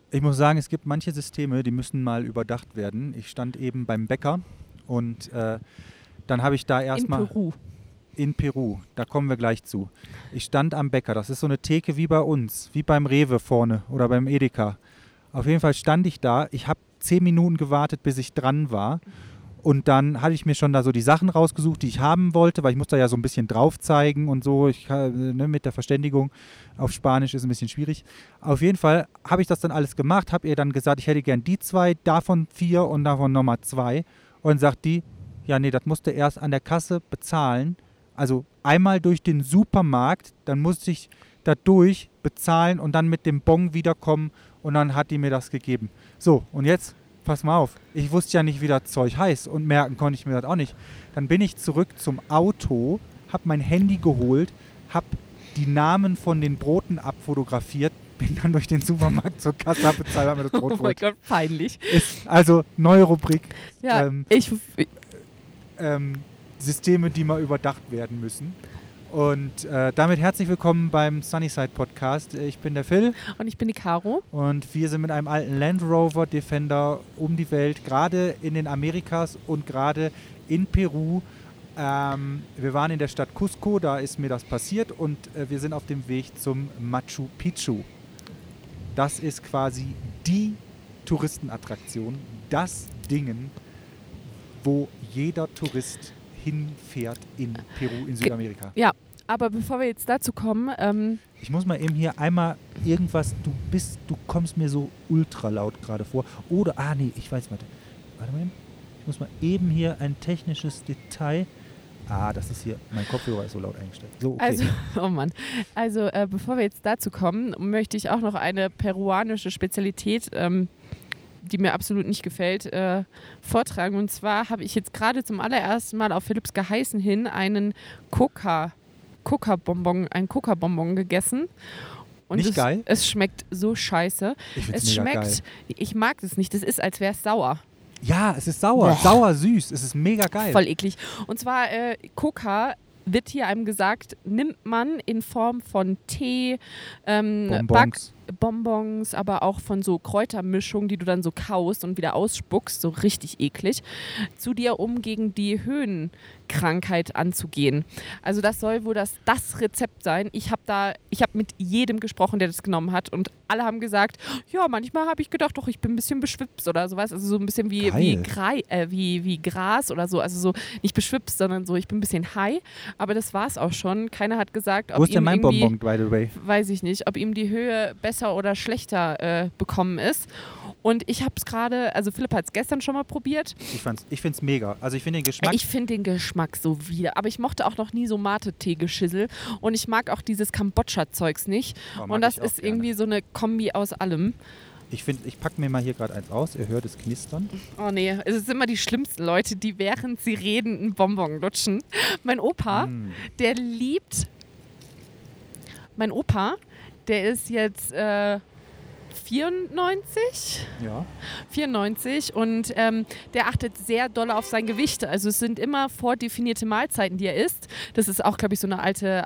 Ich muss sagen, es gibt manche Systeme, die müssen mal überdacht werden. Ich stand eben beim Bäcker und dann habe ich da erstmal... In Peru, da kommen wir gleich zu. Ich stand am Bäcker, das ist so eine Theke wie bei uns, wie beim Rewe vorne oder beim Edeka. Auf jeden Fall stand ich da, ich habe 10 Minuten gewartet, bis ich dran war. Und dann hatte ich mir schon da so die Sachen rausgesucht, die ich haben wollte, weil ich muss da ja so ein bisschen drauf zeigen und so. Mit der Verständigung auf Spanisch ist ein bisschen schwierig. Auf jeden Fall habe ich das dann alles gemacht, habe ihr dann gesagt, ich hätte gern die 2, davon 4 und davon nochmal 2. Und sagt die, ja nee, das musst du erst an der Kasse bezahlen. Also einmal durch den Supermarkt, dann musste ich da durch bezahlen und dann mit dem Bon wiederkommen und dann hat die mir das gegeben. So, und jetzt, pass mal auf, ich wusste ja nicht, wie das Zeug heißt und merken konnte ich mir das auch nicht. Dann bin ich zurück zum Auto, habe mein Handy geholt, habe die Namen von den Broten abfotografiert, bin dann durch den Supermarkt zur Kasse, habe bezahlt, habe mir das Brot Oh mein Gott, peinlich. Ist also neue Rubrik. Ja, Systeme, die mal überdacht werden müssen. Und damit herzlich willkommen beim Sunnyside Podcast. Ich bin der Phil. Und ich bin die Caro. Und wir sind mit einem alten Land Rover Defender um die Welt, gerade in den Amerikas und gerade in Peru. Wir waren in der Stadt Cusco, da ist mir das passiert und wir sind auf dem Weg zum Machu Picchu. Das ist quasi die Touristenattraktion, das Ding, wo jeder Tourist hinfährt in Peru, in Südamerika. Ja, aber bevor wir jetzt dazu kommen... ich muss mal eben hier einmal irgendwas, du kommst mir so ultra laut gerade vor. Oder, nee, ich weiß, warte mal eben. Ich muss mal eben hier ein technisches Detail... das ist hier, mein Kopfhörer ist so laut eingestellt. So, okay. Also, oh Mann. Also, bevor wir jetzt dazu kommen, möchte ich auch noch eine peruanische Spezialität die mir absolut nicht gefällt, vortragen. Und zwar habe ich jetzt gerade zum allerersten Mal auf Philipps Geheißen hin einen Coca-Bonbon gegessen. Und nicht geil? Es schmeckt so scheiße. Es schmeckt geil. Ich mag es nicht. Das ist, als wäre es sauer. Ja, es ist sauer. Boah. Sauer, süß. Es ist mega geil. Voll eklig. Und zwar Coca wird hier einem gesagt, nimmt man in Form von Tee, Bonbons, aber auch von so Kräutermischungen, die du dann so kaust und wieder ausspuckst, so richtig eklig, zu dir, um gegen die Höhenkrankheit anzugehen. Also das soll wohl das Rezept sein. Ich habe mit jedem gesprochen, der das genommen hat und alle haben gesagt, ja, manchmal habe ich gedacht, doch, ich bin ein bisschen beschwipst oder sowas, also so ein bisschen wie Gras oder so, also so nicht beschwipst, sondern so, ich bin ein bisschen high, aber das war es auch schon. Keiner hat gesagt, ob wo ist denn mein Bonbon, by the way? Weiß ich nicht, ob ihm die Höhe besser oder schlechter bekommen ist. Und ich habe es gerade, also Philipp hat es gestern schon mal probiert. Ich finde es mega. Also ich finde den Geschmack... Ich finde den Geschmack so wieder. Aber ich mochte auch noch nie so Mate-Tee-Geschissel. Und ich mag auch dieses Kambodscha-Zeugs nicht. Und das ist irgendwie so eine Kombi aus allem. Ich packe mir mal hier gerade eins aus. Ihr hört es knistern. Oh nee, es sind immer die schlimmsten Leute, die während sie reden einen Bonbon lutschen. Mein Opa, der liebt... Mein Opa, der ist jetzt 94? Ja. 94 und der achtet sehr doll auf sein Gewicht. Also es sind immer vordefinierte Mahlzeiten, die er isst. Das ist auch, glaube ich, so eine alte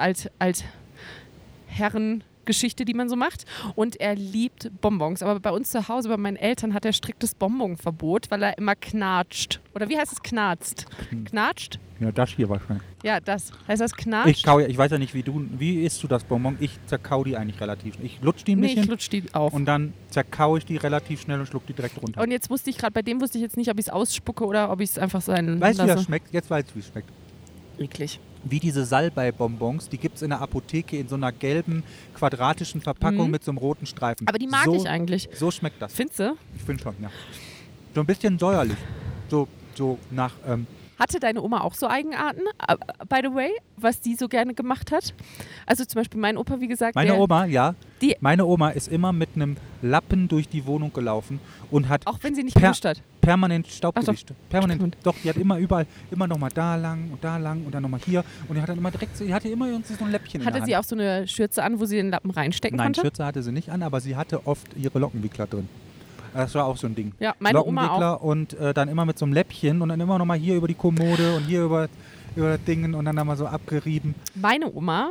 Herrengeschichte, die man so macht. Und er liebt Bonbons. Aber bei uns zu Hause, bei meinen Eltern, hat er striktes Bonbonverbot, weil er immer knatscht. Oder wie heißt es? Knarzt? Knatscht? Ja, das hier wahrscheinlich. Ja, das. Heißt das knatscht? Ich weiß ja nicht, wie isst du das Bonbon? Ich zerkau die eigentlich relativ schnell. Ich lutsch die ein bisschen. Nee, ich lutsch die auf. Und dann zerkau ich die relativ schnell und schluck die direkt runter. Und jetzt wusste ich jetzt nicht, ob ich es ausspucke oder ob ich es einfach sein lasse. Weißt du, wie das schmeckt? Jetzt weißt du, wie es schmeckt. Eklig. Wie diese Salbei-Bonbons, die gibt es in der Apotheke in so einer gelben, quadratischen Verpackung mit so einem roten Streifen. Aber die mag ich eigentlich. So schmeckt das. Findest du? Ich finde schon, ja. So ein bisschen säuerlich. So nach... Hatte deine Oma auch so Eigenarten, by the way, was die so gerne gemacht hat? Also zum Beispiel mein Opa, wie gesagt... Meine Oma ist immer mit einem Lappen durch die Wohnung gelaufen und hat... Auch wenn sie nicht gewischt hat? Permanent Staub gewischt. Permanent. Doch, die hat immer überall, immer nochmal da lang und dann nochmal hier. Und die hat dann immer direkt, die hatte immer irgendwie so ein Läppchen in der Hand. Hatte sie auch so eine Schürze an, wo sie den Lappen reinstecken konnte? Nein, Schürze hatte sie nicht an, aber sie hatte oft ihre Lockenwickler drin. Das war auch so ein Ding. Ja, meine Oma auch. Und dann immer mit so einem Läppchen und dann immer nochmal hier über die Kommode und hier über das Ding und dann nochmal so abgerieben. Meine Oma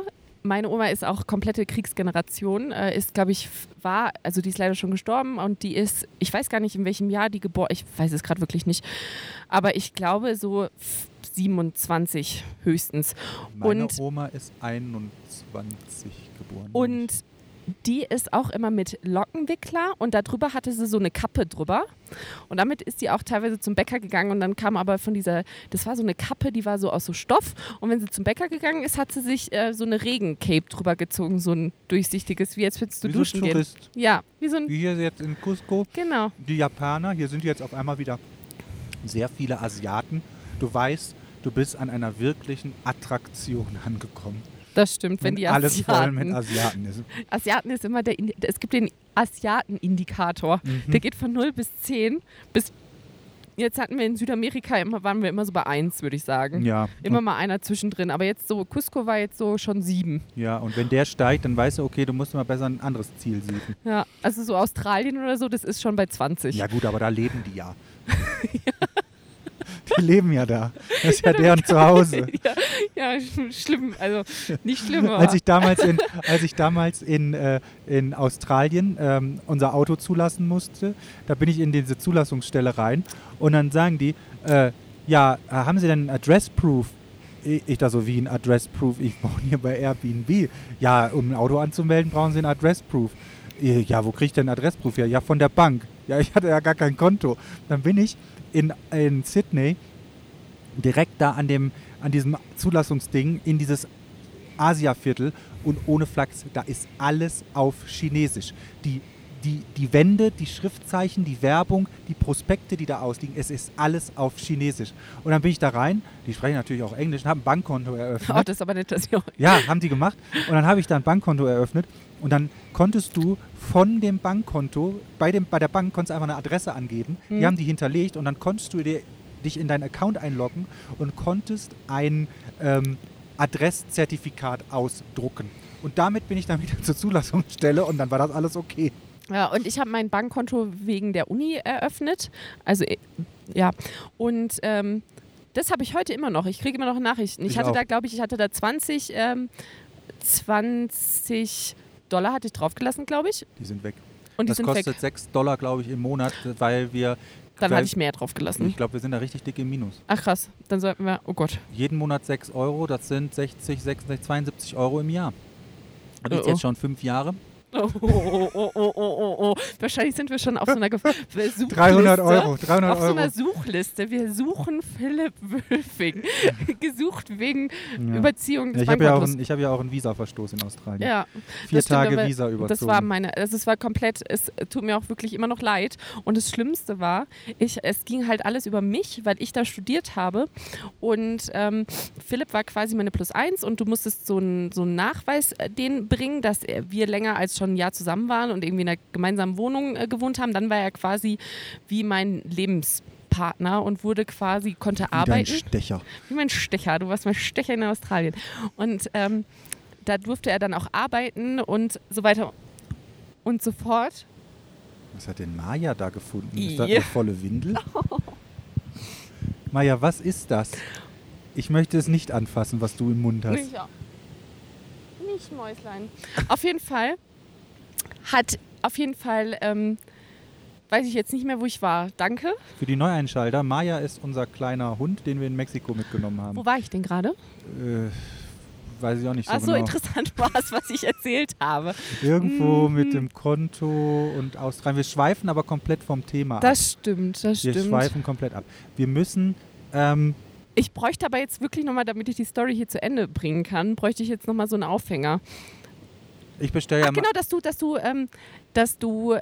meine Oma ist auch komplette Kriegsgeneration, ist, glaube ich, also die ist leider schon gestorben und die ist, ich weiß gar nicht, in welchem Jahr die geboren, ich weiß es gerade wirklich nicht, aber ich glaube so 27 höchstens. Meine Oma ist 21 geboren. Und die ist auch immer mit Lockenwickler und darüber hatte sie so eine Kappe drüber. Und damit ist sie auch teilweise zum Bäcker gegangen und dann kam aber das war so eine Kappe, die war so aus so Stoff. Und wenn sie zum Bäcker gegangen ist, hat sie sich so eine Regencape drüber gezogen, so ein durchsichtiges, wie jetzt willst du duschen gehen. Tourist. Ja, wie hier jetzt in Cusco. Genau. Die Japaner, hier sind jetzt auf einmal wieder sehr viele Asiaten. Du weißt, du bist an einer wirklichen Attraktion angekommen. Das stimmt, wenn die alles voll mit Asiaten ist. Asiaten ist immer es gibt den Asiaten-Indikator. Der geht von 0 bis 10 jetzt hatten wir in Südamerika waren wir immer so bei 1, würde ich sagen. Ja. Immer mal einer zwischendrin. Aber jetzt so, Cusco war jetzt so schon 7. Ja, und wenn der steigt, dann weißt du, okay, du musst mal besser ein anderes Ziel suchen. Ja, also so Australien oder so, das ist schon bei 20. Ja gut, aber da leben die ja. Die leben ja da. Das ist ja deren Zuhause. Ja, schlimm. Also nicht schlimm. Als ich damals in Australien unser Auto zulassen musste, da bin ich in diese Zulassungsstelle rein und dann sagen die, haben Sie denn Address Proof? Ich da so, wie ein Address Proof? Ich wohne hier bei Airbnb. Ja, um ein Auto anzumelden, brauchen Sie einen Address Proof. Ja, wo kriege ich denn einen Address Proof? Ja, von der Bank. Ja, ich hatte ja gar kein Konto. Dann bin ich in Sydney direkt da an diesem Zulassungsding in dieses Asia-Viertel und ohne Flachs, da ist alles auf Chinesisch. Die Wände, die Schriftzeichen, die Werbung, die Prospekte, die da ausliegen, es ist alles auf Chinesisch. Und dann bin ich da rein, die sprechen natürlich auch Englisch und haben ein Bankkonto eröffnet. Oh, das ist aber nicht das. Ja, haben die gemacht. Und dann habe ich da ein Bankkonto eröffnet und dann konntest du von dem Bankkonto, bei der Bank konntest du einfach eine Adresse angeben, die haben die hinterlegt und dann konntest du dich in deinen Account einloggen und konntest ein Adresszertifikat ausdrucken. Und damit bin ich dann wieder zur Zulassungsstelle und dann war das alles okay. Ja, und ich habe mein Bankkonto wegen der Uni eröffnet. Also, ja. Und das habe ich heute immer noch. Ich kriege immer noch Nachrichten. Ich hatte da 20 $20 hatte ich draufgelassen, glaube ich. Die sind weg. Und das kostet $6, glaube ich, im Monat, weil wir... Dann hatte ich mehr draufgelassen. Ich glaube, wir sind da richtig dick im Minus. Ach krass, dann sollten wir, oh Gott. Jeden Monat 6 Euro, das sind 60, 66, 72 Euro im Jahr. Und jetzt schon 5 Jahre. Oh. Wahrscheinlich sind wir schon auf so einer Suchliste. 300 Euro. Auf so einer Suchliste. Wir suchen Philipp Wülfing. Gesucht wegen Überziehung des Bankkontos. Ich habe ja auch einen Visaverstoß in Australien. Ja. 4 Tage Visa überzogen. Das war komplett, es tut mir auch wirklich immer noch leid. Und das Schlimmste war, es ging halt alles über mich, weil ich da studiert habe. Und Philipp war quasi meine +1 und du musstest so einen Nachweis den bringen, dass wir länger als schon ein Jahr zusammen waren und irgendwie in einer gemeinsamen Wohnung gewohnt haben. Dann war er quasi wie mein Lebenspartner und konnte arbeiten. Wie dein Stecher. Wie mein Stecher. Du warst mein Stecher in Australien. Und da durfte er dann auch arbeiten und so weiter und so fort. Was hat denn Maja da gefunden? Ist das eine volle Windel? Maja, was ist das? Ich möchte es nicht anfassen, was du im Mund hast. Nicht Mäuslein. Auf jeden Fall weiß ich jetzt nicht mehr, wo ich war. Danke. Für die Neueinschalter, Maja ist unser kleiner Hund, den wir in Mexiko mitgenommen haben. Wo war ich denn gerade? Weiß ich auch nicht so genau. Ach so, interessant war es, was ich erzählt habe. Irgendwo mit dem Konto und Australien. Wir schweifen aber komplett vom Thema ab. Das stimmt. Wir schweifen komplett ab. Wir müssen... ich bräuchte aber jetzt wirklich nochmal, damit ich die Story hier zu Ende bringen kann, bräuchte ich jetzt nochmal so einen Aufhänger. Ich bestelle ja mal... Genau, dass du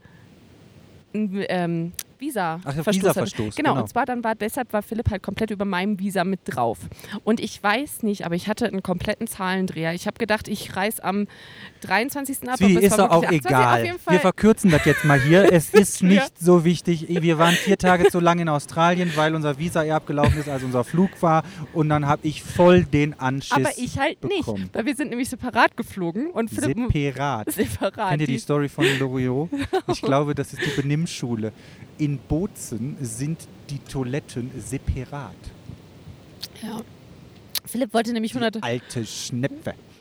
Visa-Verstoß. Genau, und zwar deshalb war Philipp halt komplett über meinem Visa mit drauf. Und ich weiß nicht, aber ich hatte einen kompletten Zahlendreher. Ich habe gedacht, ich reise am 23. ab. Ist doch auch egal. Wir verkürzen das jetzt mal hier. Es ist nicht so wichtig. Wir waren 4 Tage zu lang in Australien, weil unser Visa abgelaufen ist, als unser Flug war. Und dann habe ich voll den Anschiss Aber ich halt bekommen. nicht, weil wir sind nämlich separat geflogen. Und Philipp Separat. Kennt ihr die Story von Loriot? Ich glaube, das ist die Benimmschule. In Bozen sind die Toiletten separat. Ja. Philipp wollte nämlich 100... Alte Schnepfe.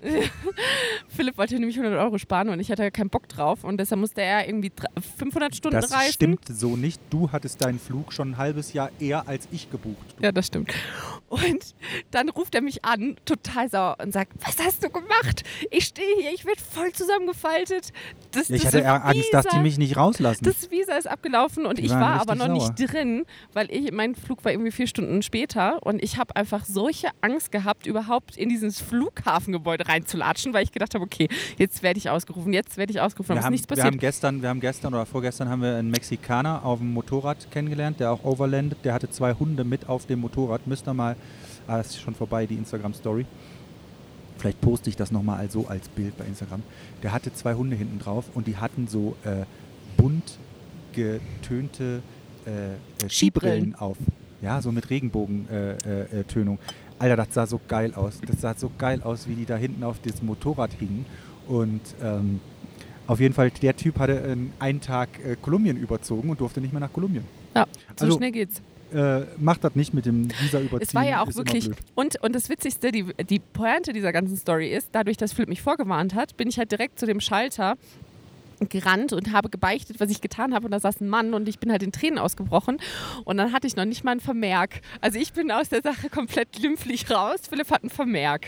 Philipp wollte nämlich 100 Euro sparen und ich hatte keinen Bock drauf und deshalb musste er irgendwie 500 Stunden reisen. Das stimmt so nicht. Du hattest deinen Flug schon ein halbes Jahr eher als ich gebucht. Ja, das stimmt. Und dann ruft er mich an, total sauer und sagt, was hast du gemacht? Ich stehe hier, ich werde voll zusammengefaltet. Ich hatte Angst, dass die mich nicht rauslassen. Das Visa ist abgelaufen und ich war aber noch nicht drin, weil mein Flug war irgendwie 4 Stunden später und ich habe einfach solche Angst gehabt, überhaupt in dieses Flughafengebäude reinzulatschen, weil ich gedacht habe, okay, jetzt werde ich ausgerufen. Nichts passiert. Wir haben gestern oder vorgestern haben wir einen Mexikaner auf dem Motorrad kennengelernt, der auch overlandet. Der hatte 2 Hunde mit auf dem Motorrad. Müsst ihr mal, das ist schon vorbei, die Instagram-Story. Vielleicht poste ich das nochmal als Bild bei Instagram. Der hatte 2 Hunde hinten drauf und die hatten so bunt getönte Skibrillen auf. Ja, so mit Regenbogentönung. Alter, das sah so geil aus. Das sah so geil aus, wie die da hinten auf diesem Motorrad hingen. Und auf jeden Fall, der Typ hatte einen Tag Kolumbien überzogen und durfte nicht mehr nach Kolumbien. Ja, so schnell geht's. Macht das nicht mit dem Visa überziehen. Es war ja auch wirklich, und das Witzigste, die Pointe dieser ganzen Story ist, dadurch, dass Philipp mich vorgewarnt hat, bin ich halt direkt zu dem Schalter gerannt und habe gebeichtet, was ich getan habe und da saß ein Mann und ich bin halt in Tränen ausgebrochen und dann hatte ich noch nicht mal einen Vermerk. Also ich bin aus der Sache komplett glimpflich raus, Philipp hat einen Vermerk.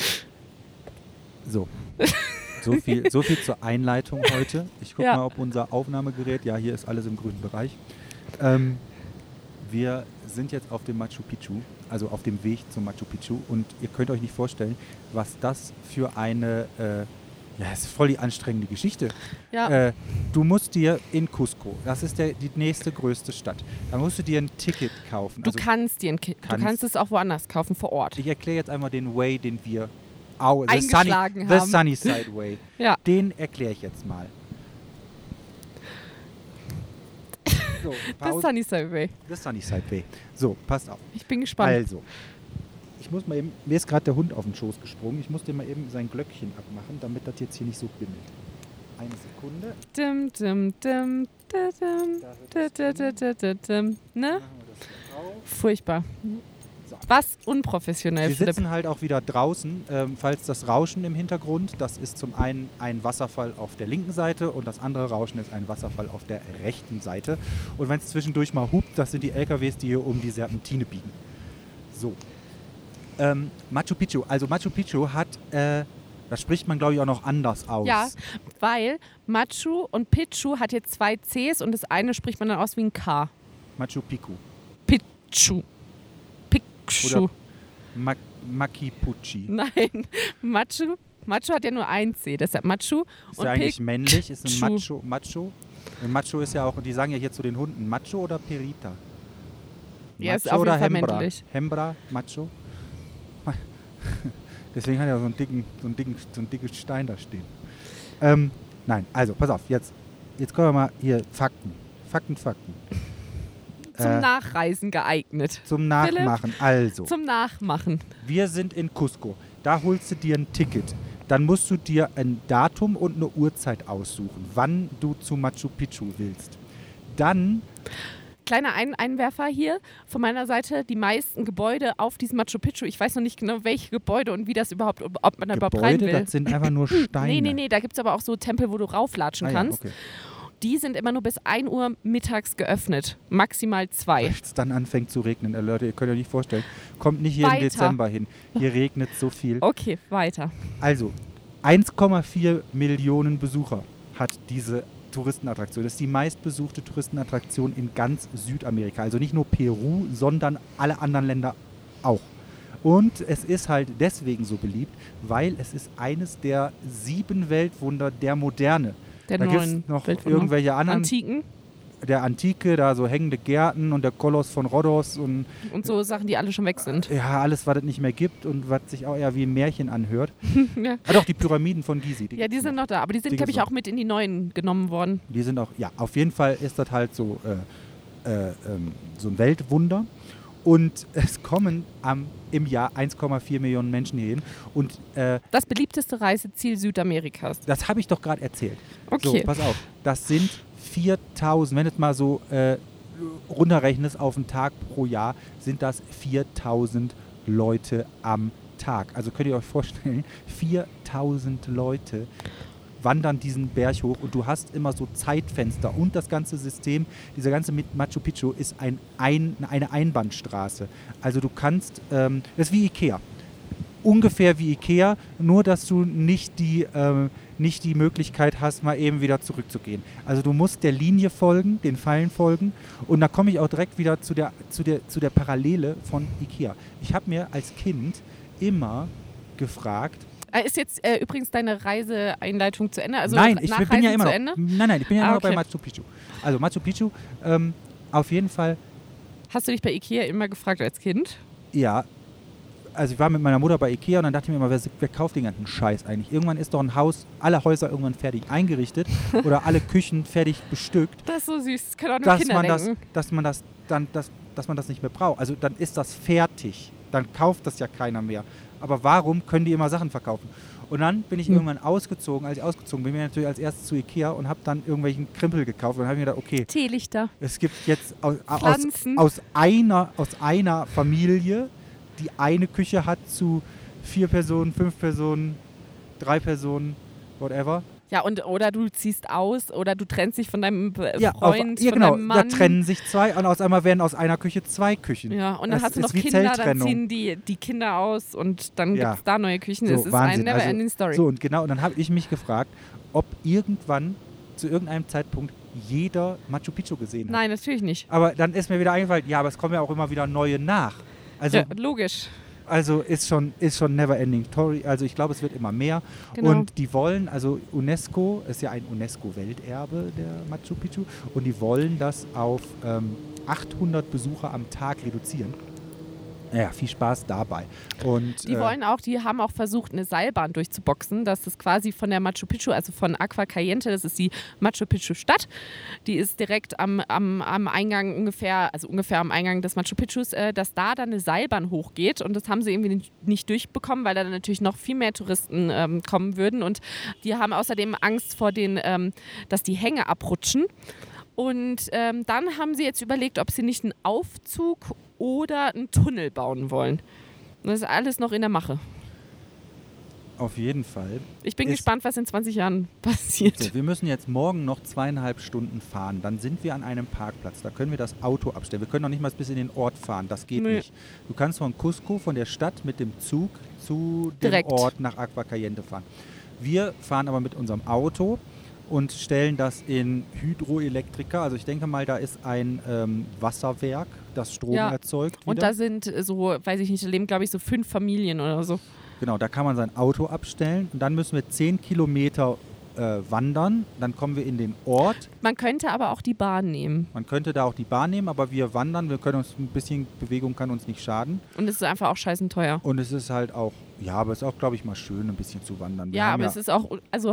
So viel zur Einleitung heute. Ich gucke mal, ob unser Aufnahmegerät, ja, hier ist alles im grünen Bereich. Wir sind jetzt auf dem Machu Picchu, also auf dem Weg zum Machu Picchu und ihr könnt euch nicht vorstellen, was das für eine, das ist voll die anstrengende Geschichte. Ja. Du musst dir in Cusco, das ist die nächste größte Stadt, da musst du dir ein Ticket kaufen. Du kannst es auch woanders kaufen, vor Ort. Ich erkläre jetzt einmal den Way, den wir eingeschlagen haben. The Sunnyside Way. Ja. Den erkläre ich jetzt mal. So, The Sunnyside Way. The Sunnyside Way. So, passt auf. Ich bin gespannt. Also, ich muss mal eben, mir ist gerade der Hund auf den Schoß gesprungen, ich muss dem mal eben sein Glöckchen abmachen, damit das jetzt hier nicht so bimmelt. Eine Sekunde. Dim, dim, dim, dim, ne? Furchtbar. So. Was unprofessionell. Wir sitzen halt auch wieder draußen, falls das Rauschen im Hintergrund, das ist zum einen ein Wasserfall auf der linken Seite und das andere Rauschen ist ein Wasserfall auf der rechten Seite. Und wenn es zwischendurch mal hupt, das sind die LKWs, die hier um die Serpentine biegen. So. Machu Picchu. Also Machu Picchu hat, das spricht man glaube ich auch noch anders aus. Ja, weil Machu und Picchu hat jetzt 2 Cs und das eine spricht man dann aus wie ein K. Machu Picchu. Picchu. Oder Makipuchi. Nein, Machu hat ja nur ein C, deshalb Machu. Ist ja eigentlich männlich, ist ein Macho. Und Macho ist ja auch, die sagen ja hier zu den Hunden, Macho oder Perita? Ja, ist auf jeden Fall männlich. Hembra, Macho. Deswegen hat er so einen dicken Stein da stehen. Nein, also pass auf, jetzt kommen wir mal hier, Fakten. Zum Nachreisen geeignet. Zum Nachmachen, Philipp, also. Zum Nachmachen. Wir sind in Cusco. Da holst du dir ein Ticket. Dann musst du dir ein Datum und eine Uhrzeit aussuchen, wann du zu Machu Picchu willst. Dann... Kleiner Einwerfer hier von meiner Seite. Die meisten Gebäude auf diesem Machu Picchu, ich weiß noch nicht genau, welche Gebäude und wie das überhaupt, ob man da überhaupt rein will. Das sind einfach nur Steine. Nee, da gibt es aber auch so Tempel, wo du rauflatschen kannst. Ja, okay. Die sind immer nur bis 1 Uhr mittags geöffnet. Maximal 2. Wenn es dann anfängt zu regnen, Leute, ihr könnt euch nicht vorstellen. Kommt nicht hier im Dezember hin. Hier regnet so viel. Okay, weiter. Also, 1,4 Millionen Besucher hat diese Touristenattraktion. Das ist die meistbesuchte Touristenattraktion in ganz Südamerika. Also nicht nur Peru, sondern alle anderen Länder auch. Und es ist halt deswegen so beliebt, weil es ist eines der 7 Weltwunder der Moderne. Da gibt es noch irgendwelche anderen. Antiken? Der Antike, da so hängende Gärten und der Koloss von Rhodos. Und so Sachen, die alle schon weg sind. Ja, alles, was es nicht mehr gibt und was sich auch eher wie ein Märchen anhört. Ja. Doch, die Pyramiden von Gizeh. Die sind noch da, aber die sind, glaube ich, auch mit in die neuen genommen worden. Die sind auch, ja, auf jeden Fall ist das halt so, so ein Weltwunder. Und es kommen im Jahr 1,4 Millionen Menschen hierhin. Und, das beliebteste Reiseziel Südamerikas. Das habe ich doch gerade erzählt. Okay. So, pass auf. Das sind 4.000, wenn du es mal so runterrechnest auf einen Tag pro Jahr, sind das 4.000 Leute am Tag, also könnt ihr euch vorstellen, 4000 Leute wandern diesen Berg hoch und du hast immer so Zeitfenster und das ganze System, dieser ganze Machu Picchu ist eine Einbahnstraße. Also du kannst, das ist wie Ikea. Ungefähr wie Ikea, nur dass du nicht die Möglichkeit hast, mal eben wieder zurückzugehen. Also du musst der Linie folgen, den Pfeilen folgen und da komme ich auch direkt wieder zu der Parallele von Ikea. Ich habe mir als Kind immer gefragt, ist jetzt übrigens deine Reiseeinleitung zu Ende? Also nein, ich bin ja immer noch. Nein, ich bin ja noch okay. bei Machu Picchu. Also Machu Picchu, auf jeden Fall. Hast du dich bei Ikea immer gefragt als Kind? Ja. Also ich war mit meiner Mutter bei Ikea und dann dachte ich mir immer, wer kauft den ganzen Scheiß eigentlich? Irgendwann ist doch alle Häuser irgendwann fertig eingerichtet oder alle Küchen fertig bestückt. Das ist so süß, das können auch nur Kinder denken. Dass man das nicht mehr braucht. Also dann ist das fertig. Dann kauft das ja keiner mehr. Aber warum können die immer Sachen verkaufen? Und dann bin ich irgendwann ausgezogen. Als ich ausgezogen bin, bin ich natürlich als erstes zu Ikea und habe dann irgendwelchen Krempel gekauft. Und dann habe ich mir gedacht, okay, Teelichter. Es gibt jetzt aus einer Familie, die eine Küche hat zu 4 Personen, 5 Personen, 3 Personen, whatever. Ja, oder du ziehst aus oder du trennst dich von deinem Freund, von genau, deinem Mann. Da trennen sich 2 und aus einmal werden aus einer Küche 2 Küchen. Ja, und dann hast du noch Kinder, dann ziehen die Kinder aus und dann gibt es da neue Küchen. So, das ist Wahnsinn. eine never-ending Story. So, und dann habe ich mich gefragt, ob irgendwann zu irgendeinem Zeitpunkt jeder Machu Picchu gesehen hat. Nein, natürlich nicht. Aber dann ist mir wieder eingefallen, ja, aber es kommen ja auch immer wieder neue nach. Also, ja, logisch. Also ist schon never-ending Story. Also ich glaube, es wird immer mehr. Genau. Und die wollen, also UNESCO, ist ja ein UNESCO-Welterbe, der Machu Picchu, und die wollen das auf 800 Besucher am Tag reduzieren. Ja, viel Spaß dabei. Und, die haben auch versucht, eine Seilbahn durchzuboxen, dass das quasi von der Machu Picchu, also von Agua Caliente, das ist die Machu Picchu Stadt, die ist direkt am Eingang ungefähr am Eingang des Machu Picchus, dass da dann eine Seilbahn hochgeht und das haben sie irgendwie nicht durchbekommen, weil da dann natürlich noch viel mehr Touristen kommen würden und die haben außerdem Angst vor dass die Hänge abrutschen. Und dann haben sie jetzt überlegt, ob sie nicht einen Aufzug oder einen Tunnel bauen wollen. Das ist alles noch in der Mache. Auf jeden Fall. Ich bin gespannt, was in 20 Jahren passiert. So, wir müssen jetzt morgen noch 2,5 Stunden fahren. Dann sind wir an einem Parkplatz. Da können wir das Auto abstellen. Wir können noch nicht mal bis in den Ort fahren. Das geht nicht. Du kannst von Cusco, von der Stadt, mit dem Zug zu dem Ort nach Agua Caliente fahren. Wir fahren aber mit unserem Auto und stellen das in Hydroelektrika. Also ich denke mal, da ist ein Wasserwerk, das Strom erzeugt. Und da sind so, weiß ich nicht, da leben glaube ich so 5 Familien oder so. Genau, da kann man sein Auto abstellen und dann müssen wir 10 Kilometer wandern. Dann kommen wir in den Ort. Man könnte aber auch die Bahn nehmen. Man könnte da auch die Bahn nehmen, aber wir wandern. Wir können uns ein bisschen Bewegung kann uns nicht schaden. Und es ist einfach auch scheißen teuer. Und es ist halt auch, ja, aber es ist auch, glaube ich, mal schön, ein bisschen zu wandern. Ja, aber es ist auch, also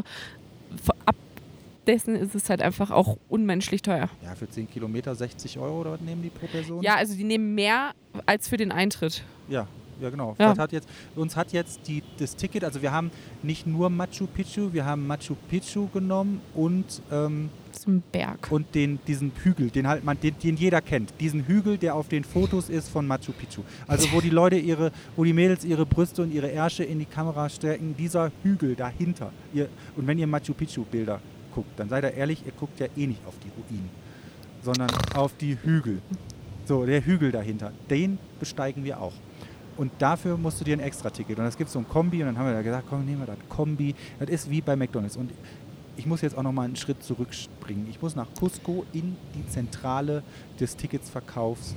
ab dessen ist es halt einfach auch unmenschlich teuer. Ja, für 10 Kilometer 60 Euro oder was nehmen die pro Person? Ja, also die nehmen mehr als für den Eintritt. Ja, genau. Ja. Uns hat jetzt das Ticket, also wir haben nicht nur Machu Picchu, wir haben Machu Picchu genommen und zum Berg. Und diesen Hügel, den jeder kennt. Diesen Hügel, der auf den Fotos ist von Machu Picchu. Also wo die Mädels ihre Brüste und ihre Ärsche in die Kamera stecken, dieser Hügel dahinter. Und wenn ihr Machu Picchu Bilder guckt, dann seid ihr ehrlich, ihr guckt ja eh nicht auf die Ruinen, sondern auf die Hügel. So, der Hügel dahinter, den besteigen wir auch. Und dafür musst du dir ein Extra-Ticket. Und das gibt so ein Kombi. Und dann haben wir da gesagt, komm, nehmen wir das Kombi. Das ist wie bei McDonald's. Und ich muss jetzt auch nochmal einen Schritt zurückspringen. Ich muss nach Cusco in die Zentrale des Ticketsverkaufs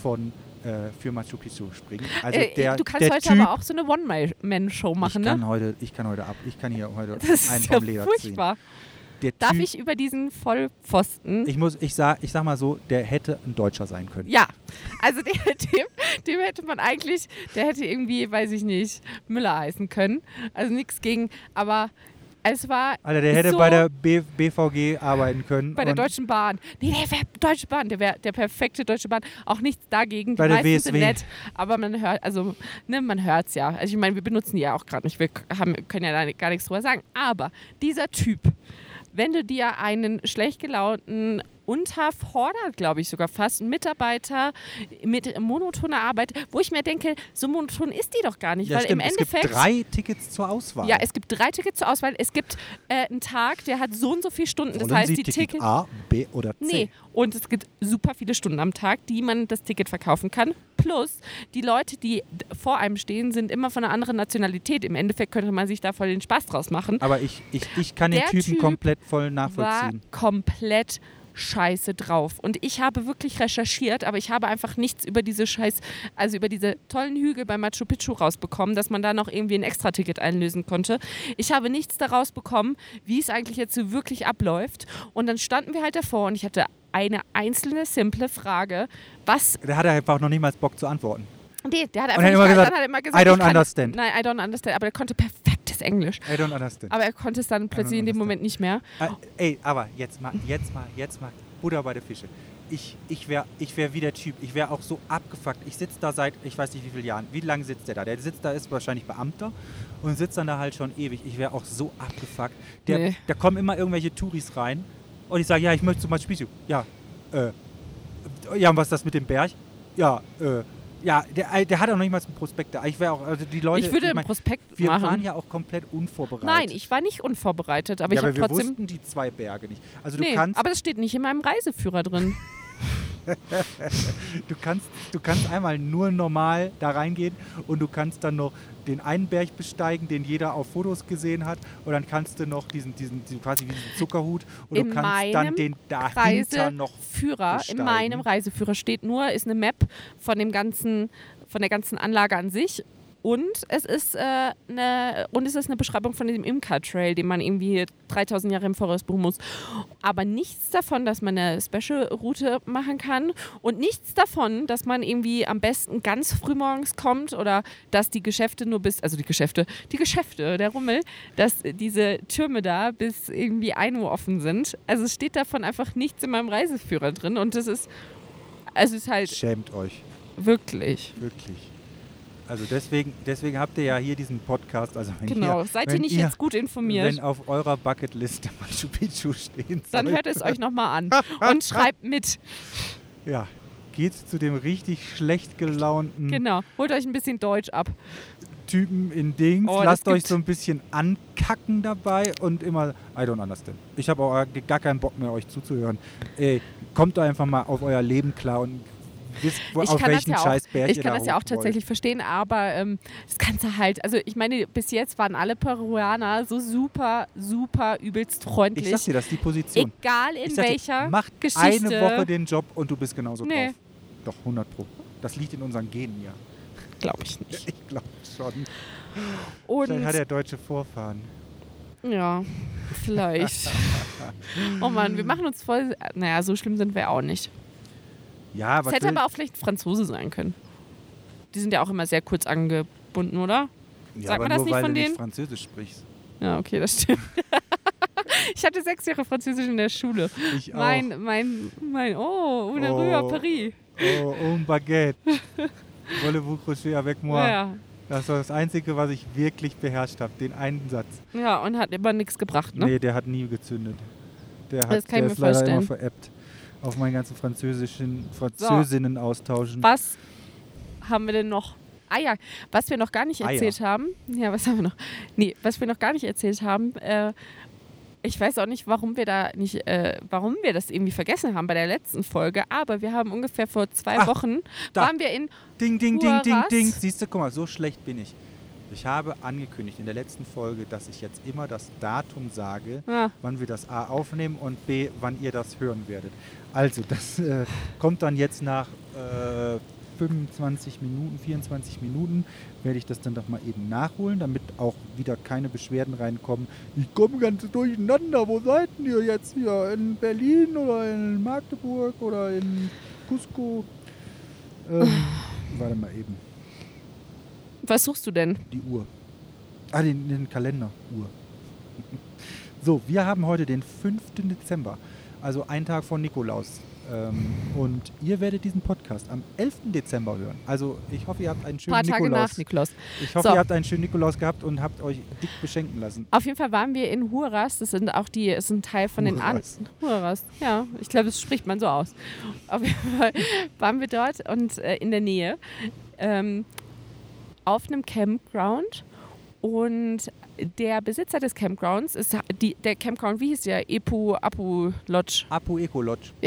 für Machu Picchu springen. Also du kannst heute aber auch so eine One-Man-Show machen, ich kann hier heute das ist einen vom Leder furchtbar. ziehen. Darf ich über diesen Vollpfosten? Ich sag mal so, der hätte ein Deutscher sein können. Ja, also dem hätte man eigentlich, der hätte irgendwie, weiß ich nicht, Müller heißen können. Also nichts gegen, aber es war Alter, der hätte bei der BVG arbeiten können. Bei der Deutschen Bahn. Nee, Deutsche Bahn, der wäre der perfekte Deutsche Bahn. Auch nichts dagegen, die bei der meisten WSW. sind nett, aber man hört, also man hört es ja. Also ich meine, wir benutzen die ja auch gerade nicht, wir können ja da gar nichts drüber sagen. Aber dieser Typ, wenn du dir einen schlecht gelaunten unterfordert, glaube ich sogar fast, Mitarbeiter mit monotoner Arbeit, wo ich mir denke, so monoton ist die doch gar nicht. Ja, weil stimmt. im Endeffekt, es gibt 3 Tickets zur Auswahl. Ja, es gibt 3 Tickets zur Auswahl. Es gibt einen Tag, der hat so und so viele Stunden. Wollen das heißt, Sie die Ticket Tickets... A, B oder C? Nee, und es gibt super viele Stunden am Tag, die man das Ticket verkaufen kann. Plus, die Leute, die vor einem stehen, sind immer von einer anderen Nationalität. Im Endeffekt könnte man sich da voll den Spaß draus machen. Aber ich kann den Typen komplett voll nachvollziehen. War komplett scheiße drauf. Und ich habe wirklich recherchiert, aber ich habe einfach nichts über diese über diese tollen Hügel bei Machu Picchu rausbekommen, dass man da noch irgendwie ein Extra-Ticket einlösen konnte. Ich habe nichts daraus bekommen, wie es eigentlich jetzt so wirklich abläuft. Und dann standen wir halt davor und ich hatte eine einzelne, simple Frage. Der hatte einfach noch niemals Bock zu antworten. Nee, der hat einfach immer gesagt, I don't understand. Nein, I don't understand. Aber er konnte perfektes Englisch. I don't understand. Aber er konnte es dann plötzlich in dem Moment nicht mehr. Aber jetzt mal, Buddha bei der Fische. Ich wär wie der Typ. Ich wäre auch so abgefuckt. Ich sitze da seit, ich weiß nicht wie vielen Jahren. Wie lange sitzt der da? Der sitzt da, ist wahrscheinlich Beamter und sitzt dann da halt schon ewig. Ich wäre auch so abgefuckt. Da kommen immer irgendwelche Touris rein und ich sage, ja, ich möchte zu Machu Picchu. Ja, und was ist das mit dem Berg? Ja, der hat auch noch nicht mal einen Prospekt da. Ich würde einen Prospekt machen. Wir waren ja auch komplett unvorbereitet. Nein, ich war nicht unvorbereitet, aber ich habe trotzdem... wir wussten die 2 Berge nicht. Also aber das steht nicht in meinem Reiseführer drin. Du kannst einmal nur normal da reingehen und du kannst dann noch den einen Berg besteigen, den jeder auf Fotos gesehen hat, und dann kannst du noch diesen quasi wie diesen Zuckerhut und du kannst dann den dahinter noch besteigen. In meinem Reiseführer steht ist eine Map von der ganzen Anlage an sich. Und es ist eine Beschreibung von dem Imca-Trail, den man irgendwie 3000 Jahre im Voraus buchen muss. Aber nichts davon, dass man eine Special-Route machen kann und nichts davon, dass man irgendwie am besten ganz früh morgens kommt oder dass die Geschäfte der Rummel, dass diese Türme da bis irgendwie 1 Uhr offen sind. Also es steht davon einfach nichts in meinem Reiseführer drin und es ist halt... Schämt euch. Wirklich. Wirklich. Also deswegen habt ihr ja hier diesen Podcast. Also seid ihr nicht jetzt gut informiert? Wenn auf eurer Bucketliste Machu Picchu stehen soll, dann hört es euch nochmal an und schreibt mit. Ja, geht zu dem richtig schlecht gelaunten... Genau, holt euch ein bisschen Deutsch ab. Typen in Dings, lasst euch so ein bisschen ankacken dabei und immer, I don't understand. Ich habe auch gar keinen Bock mehr, euch zuzuhören. Kommt doch einfach mal auf euer Leben klar und wisst, auf welchen Scheißberg ich kann das ja auch tatsächlich verstehen, aber das Ganze halt, also ich meine, bis jetzt waren alle Peruaner so super, super übelst freundlich. Ich sag dir, das ist die Position. Egal in welcher macht Geschichte. Eine Woche den Job und du bist genauso drauf. Doch, 100%. Das liegt in unseren Genen, ja. Glaube ich nicht. Ich glaube schon. Und vielleicht hat er deutsche Vorfahren. Ja, vielleicht. Oh Mann, wir machen uns voll... Naja, so schlimm sind wir auch nicht. Ja, aber es hätte aber auch vielleicht Franzose sein können. Die sind ja auch immer sehr kurz angebunden, oder? Ja, sagt man das nur, nicht weil von du denen? nicht Französisch sprichst. Ja, okay, das stimmt. Ich hatte 6 Jahre Französisch in der Schule. Ich auch. Une rue à Paris. Un baguette. Voulez-vous coucher avec moi? Ja. Das war das Einzige, was ich wirklich beherrscht habe, den einen Satz. Ja, und hat immer nichts gebracht, ne? Nee, der hat nie gezündet. Der ist leider immer veräppt. Auf meinen ganzen Französinnen austauschen. Was haben wir denn noch? Ah ja, was wir noch gar nicht erzählt haben. Ja, was haben wir noch? Nee, was wir noch gar nicht erzählt haben, ich weiß auch nicht, warum wir das irgendwie vergessen haben bei der letzten Folge, aber wir haben ungefähr vor 2 Wochen, waren wir in Ding. Siehst du, guck mal, so schlecht bin ich. Ich habe angekündigt in der letzten Folge, dass ich jetzt immer das Datum sage, wann wir das A aufnehmen und B, wann ihr das hören werdet. Also, das kommt dann jetzt nach 24 Minuten, werde ich das dann doch mal eben nachholen, damit auch wieder keine Beschwerden reinkommen. Ich komme ganz durcheinander, wo seid ihr jetzt hier? In Berlin oder in Magdeburg oder in Cusco? Warte mal eben. Was suchst du denn? Die Uhr. Den Kalender. Uhr. So, wir haben heute den 5. Dezember. also einen Tag vor Nikolaus. Und ihr werdet diesen Podcast am 11. Dezember hören. Also ich hoffe, ihr habt einen schönen Nikolaus. Ein paar Tage nach Nikolaus. Ich hoffe, ihr habt einen schönen Nikolaus gehabt und habt euch dick beschenken lassen. Auf jeden Fall waren wir in Huras. Das sind auch ist ein Teil von den anderen. Huras, ja. Ich glaube, das spricht man so aus. Auf jeden Fall waren wir dort und in der Nähe auf einem Campground. Und der Besitzer des Campgrounds ist der Campground, wie hieß der? Apu Lodge. Apu Eco Lodge. Ja,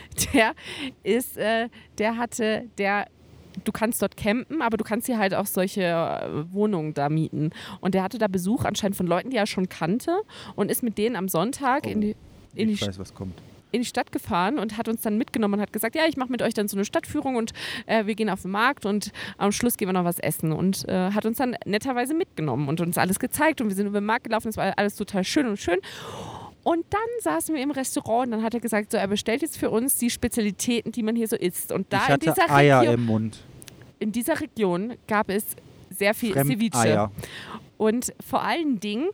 du kannst dort campen, aber du kannst hier halt auch solche Wohnungen da mieten. Und der hatte da Besuch anscheinend von Leuten, die er schon kannte und ist mit denen am Sonntag ich weiß, was kommt. In die Stadt gefahren und hat uns dann mitgenommen und hat gesagt, ja, ich mache mit euch dann so eine Stadtführung und wir gehen auf den Markt und am Schluss gehen wir noch was essen und hat uns dann netterweise mitgenommen und uns alles gezeigt und wir sind über den Markt gelaufen, es war alles total schön. Und dann saßen wir im Restaurant und dann hat er gesagt, so, er bestellt jetzt für uns die Spezialitäten, die man hier so isst. Und da ich hatte Eier im Mund. In dieser Region gab es sehr viel Ceviche. Eier. Und vor allen Dingen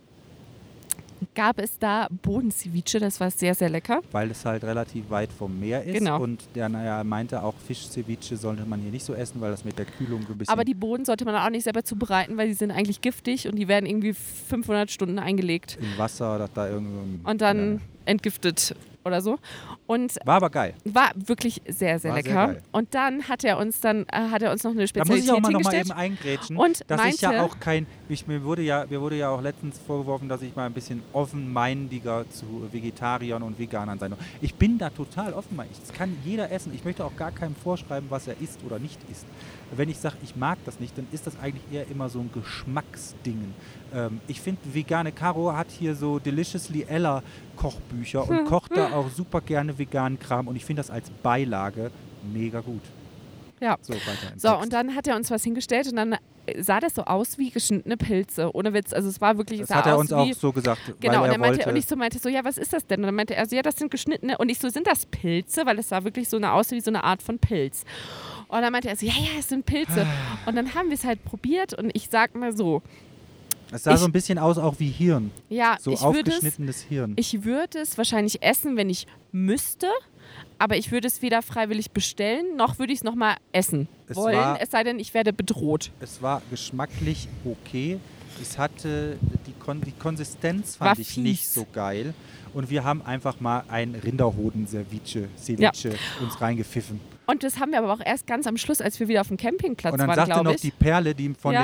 gab es da Bodenceviche, das war sehr, sehr lecker. Weil es halt relativ weit vom Meer ist. Genau. Und der meinte auch, Fischceviche sollte man hier nicht so essen, weil das mit der Kühlung ein bisschen... Aber die Bohnen sollte man auch nicht selber zubereiten, weil die sind eigentlich giftig und die werden irgendwie 500 Stunden eingelegt. In Wasser, dass da irgendwo... Und dann entgiftet oder so. Und war aber geil. War wirklich sehr, sehr lecker. Sehr geil. Und dann hat er uns noch eine Spezialität hingestellt. Da muss ich auch mal noch mal eben eingrätschen, und dass meinte, ich ja auch mir wurde ja auch letztens vorgeworfen, dass ich mal ein bisschen offenmindiger zu Vegetariern und Veganern sein. Ich bin da total offen. Das kann jeder essen. Ich möchte auch gar keinem vorschreiben, was er isst oder nicht isst. Wenn ich sage, ich mag das nicht, dann ist das eigentlich eher immer so ein Geschmacksding. Ich finde, vegane Caro hat hier so Deliciously Ella Kochbücher und kocht da auch super gerne veganen Kram und ich finde das als Beilage mega gut. Ja. So, und dann hat er uns was hingestellt und dann sah das so aus wie geschnittene Pilze, ohne Witz. Also es war wirklich, das hat er uns auch so gesagt. Genau, und ich meinte so, ja, was ist das denn? Und dann meinte er so, ja, das sind geschnittene. Und ich so, sind das Pilze? Weil es sah wirklich so aus wie so eine Art von Pilz. Und dann meinte er so, ja, es sind Pilze. Und dann haben wir es halt probiert und ich sag mal so, es sah so ein bisschen aus auch wie Hirn. Ja, so aufgeschnittenes Hirn. Ich würde es wahrscheinlich essen, wenn ich müsste, aber ich würde es weder freiwillig bestellen, noch würde ich es nochmal essen wollen, es sei denn, ich werde bedroht. Es war geschmacklich okay. Es hatte die Konsistenz fand ich nicht so geil. Und wir haben einfach mal ein Rinderhoden-Ceviche uns reingepfiffen. Und das haben wir aber auch erst ganz am Schluss, als wir wieder auf dem Campingplatz waren, glaube ich. Und dann sagte noch die Perle, die von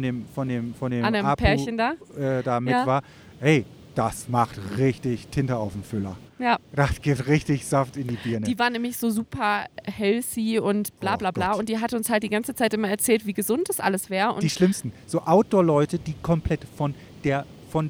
dem Apu, Pärchen da mit war, hey, das macht richtig Tinte auf den Füller. Ja. Das gibt richtig Saft in die Birne. Die war nämlich so super healthy und bla bla bla. Und die hat uns halt die ganze Zeit immer erzählt, wie gesund das alles wäre. Die schlimmsten, so Outdoor-Leute, die komplett von der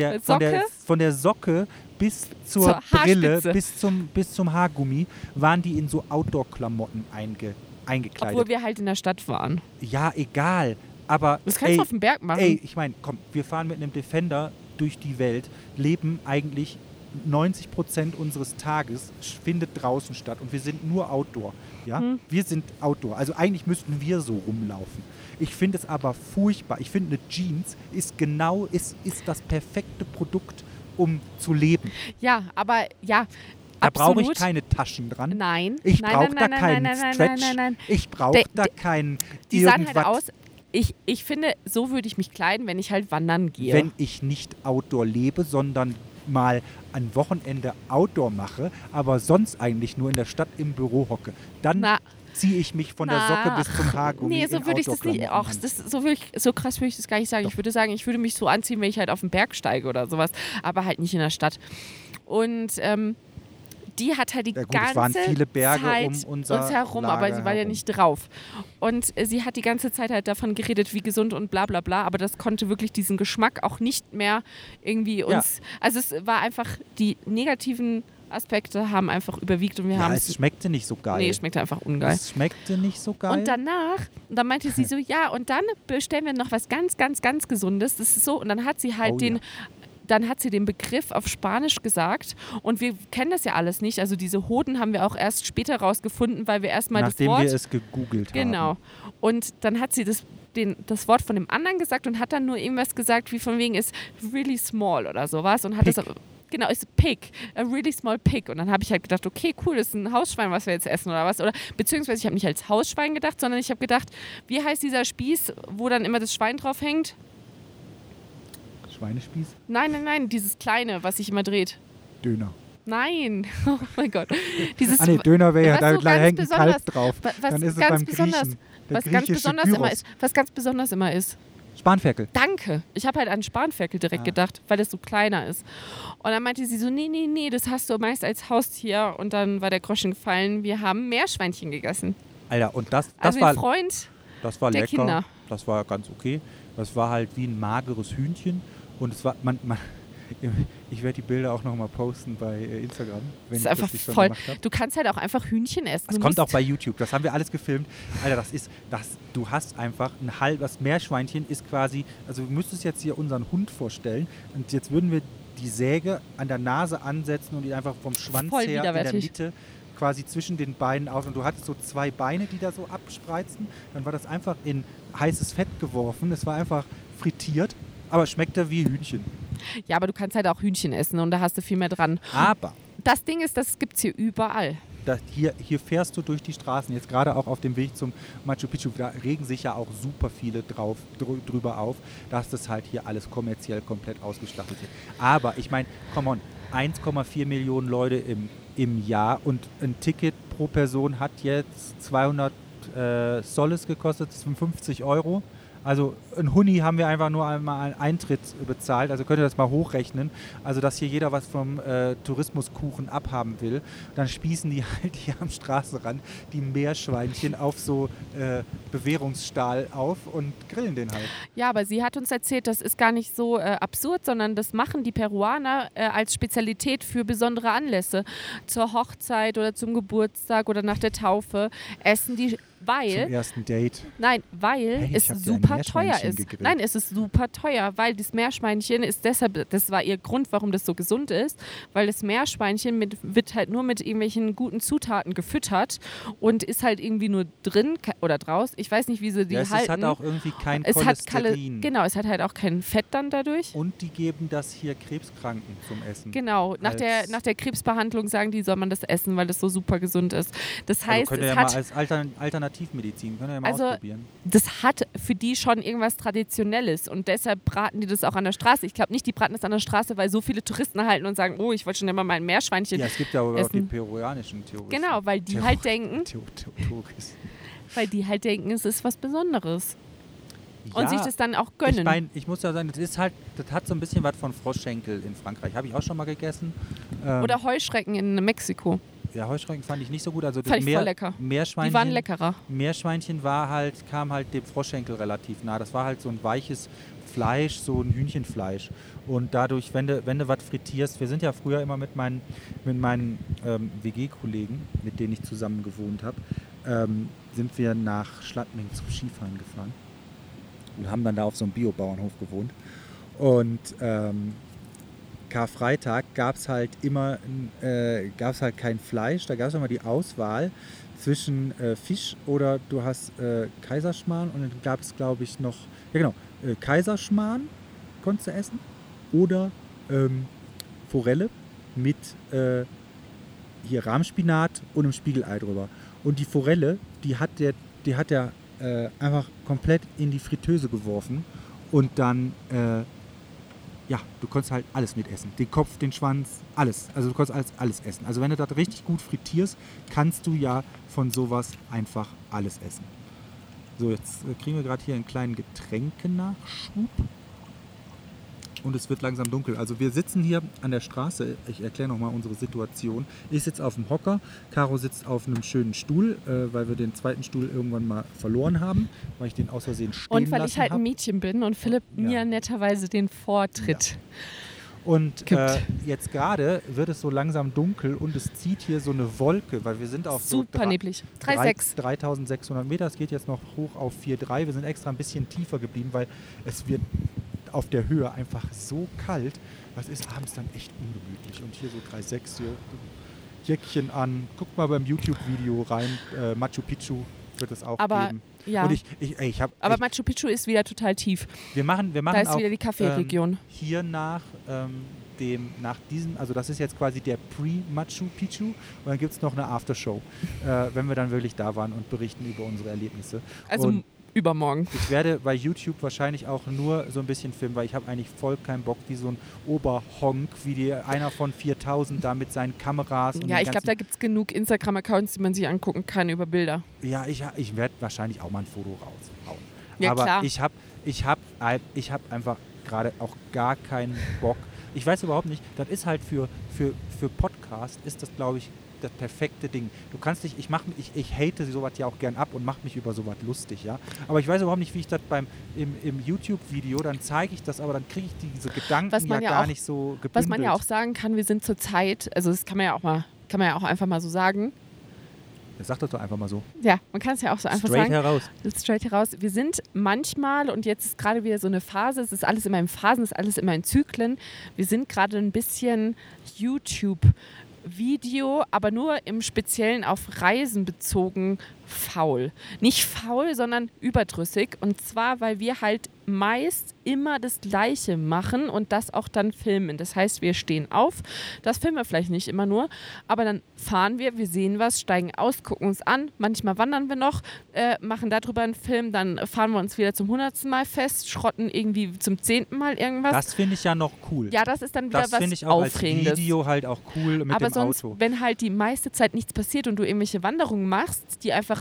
Socke bis zur Brille, bis zum Haargummi, waren die in so Outdoor-Klamotten eingekleidet. Obwohl wir halt in der Stadt waren. Ja, egal. Aber das kannst du auf dem Berg machen. Ey, ich meine, komm, wir fahren mit einem Defender durch die Welt, leben eigentlich 90% unseres Tages findet draußen statt und wir sind nur Outdoor. Ja? Wir sind Outdoor. Also eigentlich müssten wir so rumlaufen. Ich finde es aber furchtbar. Ich finde, eine Jeans ist das perfekte Produkt, um zu leben. Ja, aber ja. Da brauche ich keine Taschen dran. Nein. Ich brauche da keinen Stretch. Nein. Ich brauche da keinen die sahen halt aus. Ich finde, so würde ich mich kleiden, wenn ich halt wandern gehe. Wenn ich nicht Outdoor lebe, sondern mal ein Wochenende Outdoor mache, aber sonst eigentlich nur in der Stadt im Büro hocke, dann ziehe ich mich von der Socke bis zum Haargummi. Nee, so würde ich das nicht. Ach, so krass würde ich das gar nicht sagen. Doch. Ich würde sagen, ich würde mich so anziehen, wenn ich halt auf den Berg steige oder sowas, aber halt nicht in der Stadt. Und die hat halt die ganze es waren viele Berge Zeit um unser uns herum, Lager aber sie war ja nicht drauf. Und sie hat die ganze Zeit halt davon geredet, wie gesund und bla bla bla, aber das konnte wirklich diesen Geschmack auch nicht mehr irgendwie uns... Ja. Also es war einfach, die negativen Aspekte haben einfach überwiegt und wir haben es schmeckte nicht so geil. Nee, es schmeckte einfach ungeil. Es schmeckte nicht so geil. Und danach, dann meinte sie so, ja, und dann bestellen wir noch was ganz, ganz, ganz Gesundes. Das ist so, und dann hat sie halt Dann hat sie den Begriff auf Spanisch gesagt und wir kennen das ja alles nicht. Also diese Hoden haben wir auch erst später rausgefunden, weil wir erstmal das Wort... Nachdem wir es gegoogelt haben. Genau. Und dann hat sie das Wort von dem anderen gesagt und hat dann nur irgendwas gesagt, wie von wegen ist really small oder sowas. Und hat das... Genau, ist Pig, a really small pig. Und dann habe ich halt gedacht, okay, cool, das ist ein Hausschwein, was wir jetzt essen oder was. Oder beziehungsweise ich habe nicht als Hausschwein gedacht, sondern ich habe gedacht, wie heißt dieser Spieß, wo dann immer das Schwein drauf hängt? Schweinespieß? Nein, dieses kleine, was sich immer dreht. Döner. Nein, oh mein Gott. Döner wäre ja, da so hängt ein Kalb drauf. Was dann ist ganz es beim besonders, Griechen. was ganz besonders immer ist. Spanferkel. Danke. Ich habe halt an Spanferkel direkt gedacht, weil das so kleiner ist. Und dann meinte sie so, nee, das hast du meist als Haustier. Und dann war der Groschen gefallen. Wir haben Meerschweinchen gegessen. Alter, und das also war... Freund das war der lecker. Kinder. Das war ganz okay. Das war halt wie ein mageres Hühnchen. Und es war... ich werde die Bilder auch nochmal posten bei Instagram, wenn das ist einfach voll. Du kannst halt auch einfach Hühnchen essen. Das kommt auch bei YouTube. Das haben wir alles gefilmt. Alter, du hast einfach ein halbes Meerschweinchen ist quasi, also du müsstest jetzt hier unseren Hund vorstellen und jetzt würden wir die Säge an der Nase ansetzen und die einfach vom Schwanz voll her in der Mitte quasi zwischen den Beinen aus und du hattest so 2 Beine, die da so abspreizen. Dann war das einfach in heißes Fett geworfen. Es war einfach frittiert, aber schmeckte wie Hühnchen. Ja, aber du kannst halt auch Hühnchen essen und da hast du viel mehr dran. Aber das Ding ist, das gibt es hier überall. Hier fährst du durch die Straßen, jetzt gerade auch auf dem Weg zum Machu Picchu, da regen sich ja auch super viele drüber auf, dass das halt hier alles kommerziell komplett ausgestattet ist. Aber ich meine, come on, 1,4 Millionen Leute im Jahr und ein Ticket pro Person hat jetzt 200 Soles gekostet, das sind 50 Euro. Also ein Huni haben wir einfach nur einmal einen Eintritt bezahlt, also könnt ihr das mal hochrechnen. Also dass hier jeder was vom Tourismuskuchen abhaben will. Dann spießen die halt hier am Straßenrand die Meerschweinchen auf so Bewährungsstahl auf und grillen den halt. Ja, aber sie hat uns erzählt, das ist gar nicht so absurd, sondern das machen die Peruaner als Spezialität für besondere Anlässe. Zur Hochzeit oder zum Geburtstag oder nach der Taufe essen die... Zum ersten Date. Nein, weil es super teuer ist. Gegrillt. Nein, es ist super teuer, weil das Meerschweinchen ist deshalb, das war ihr Grund, warum das so gesund ist, weil das Meerschweinchen wird halt nur mit irgendwelchen guten Zutaten gefüttert und ist halt irgendwie nur drin oder draus. Ich weiß nicht, wie sie die halten. Es hat auch irgendwie kein Cholesterin. Genau, es hat halt auch kein Fett dann dadurch. Und die geben das hier Krebskranken zum Essen. Genau, nach der Krebsbehandlung sagen die, soll man das essen, weil das so super gesund ist. Das heißt, könnt ihr ja mal als Alternativmedizin, könnt ihr ja mal ausprobieren. Das hat für die schon irgendwas Traditionelles und deshalb braten die das auch an der Straße. Ich glaube nicht, die braten das an der Straße, weil so viele Touristen halten und sagen, oh, ich wollte schon immer mal ein Meerschweinchen essen. Ja, es gibt ja auch die peruanischen Theorien. Genau, weil die halt denken, es ist was Besonderes. Ja, und sich das dann auch gönnen. Ich meine, ich muss ja sagen, das hat so ein bisschen was von Froschschenkel in Frankreich. Habe ich auch schon mal gegessen. Oder Heuschrecken in Mexiko. Ja, Heuschrecken fand ich nicht so gut. Also fand ich voll lecker. Meerschweinchen, die waren leckerer. Meerschweinchen kam halt dem Froschschenkel relativ nah. Das war halt so ein weiches Fleisch, so ein Hühnchenfleisch. Und dadurch, wenn du was frittierst, wir sind ja früher immer mit meinen WG-Kollegen, mit denen ich zusammen gewohnt habe, sind wir nach Schladming zum Skifahren gefahren. Und haben dann da auf so einem Biobauernhof gewohnt. Und Karfreitag gab es halt kein Fleisch, da gab es immer die Auswahl zwischen Fisch oder du hast Kaiserschmarrn und dann gab es, glaube ich, noch, Kaiserschmarrn konntest du essen oder Forelle mit hier Rahmspinat und einem Spiegelei drüber. Und die Forelle, die hat der einfach komplett in die Fritteuse geworfen und dann du konntest halt alles mitessen. Den Kopf, den Schwanz, alles. Also du konntest alles essen. Also wenn du das richtig gut frittierst, kannst du ja von sowas einfach alles essen. So, jetzt kriegen wir gerade hier einen kleinen Getränkenachschub. Und es wird langsam dunkel. Also wir sitzen hier an der Straße. Ich erkläre nochmal unsere Situation. Ich sitze auf dem Hocker. Caro sitzt auf einem schönen Stuhl, weil wir den zweiten Stuhl irgendwann mal verloren haben, weil ich den aus Versehen stehen lassen habe. Und weil ich halt ein Mädchen bin und Philipp mir netterweise den Vortritt Und jetzt gerade wird es so langsam dunkel und es zieht hier so eine Wolke, weil wir sind auf super neblig. 3.600 Meter. Es geht jetzt noch hoch auf 4,3. Wir sind extra ein bisschen tiefer geblieben, weil es wird auf der Höhe einfach so kalt. Das ist abends dann echt ungemütlich. Und hier so 3,6, hier Jäckchen an. Guckt mal beim YouTube-Video rein. Machu Picchu wird es auch geben. Ja. Und ich habe. Aber Machu Picchu ist wieder total tief. Wir machen da ist auch, wieder die Kaffeeregion. Hier nach diesem, also das ist jetzt quasi der Pre-Machu Picchu und dann gibt es noch eine Aftershow, wenn wir dann wirklich da waren und berichten über unsere Erlebnisse. Also und übermorgen. Ich werde bei YouTube wahrscheinlich auch nur so ein bisschen filmen, weil ich habe eigentlich voll keinen Bock, wie so ein Oberhonk, einer von 4000 da mit seinen Kameras. Und ja, ich glaube, da gibt es genug Instagram-Accounts, die man sich angucken kann über Bilder. Ja, ich werde wahrscheinlich auch mal ein Foto raushauen. Ja, aber klar. ich hab einfach gerade auch gar keinen Bock. Ich weiß überhaupt nicht, das ist halt für Podcast ist das, glaube ich, das perfekte Ding. Du kannst dich, ich hate sowas ja auch gern ab und mache mich über sowas lustig, ja. Aber ich weiß überhaupt nicht, wie ich das im YouTube-Video, dann zeige ich das, aber dann kriege ich diese Gedanken gar nicht so gebündelt. Was man ja auch sagen kann, wir sind zurzeit, also das kann man ja auch einfach mal so sagen. Sag das doch einfach mal so. Ja, man kann es ja auch so einfach sagen. Straight heraus. Wir sind manchmal, und jetzt ist gerade wieder so eine Phase, es ist alles immer in Phasen, es ist alles immer in Zyklen. Wir sind gerade ein bisschen YouTube-Video, aber nur im Speziellen auf Reisen bezogen faul. Nicht faul, sondern überdrüssig. Und zwar, weil wir halt meist immer das Gleiche machen und das auch dann filmen. Das heißt, wir stehen auf, das filmen wir vielleicht nicht immer nur, aber dann fahren wir sehen was, steigen aus, gucken uns an, manchmal wandern wir noch, machen darüber einen Film, dann fahren wir uns wieder zum 100. Mal fest, schrotten irgendwie zum 10. Mal irgendwas. Das finde ich ja noch cool. Ja, das ist dann wieder das was ich auch Aufregendes. Als Video halt auch cool mit aber dem sonst, Auto. Wenn halt die meiste Zeit nichts passiert und du irgendwelche Wanderungen machst, die einfach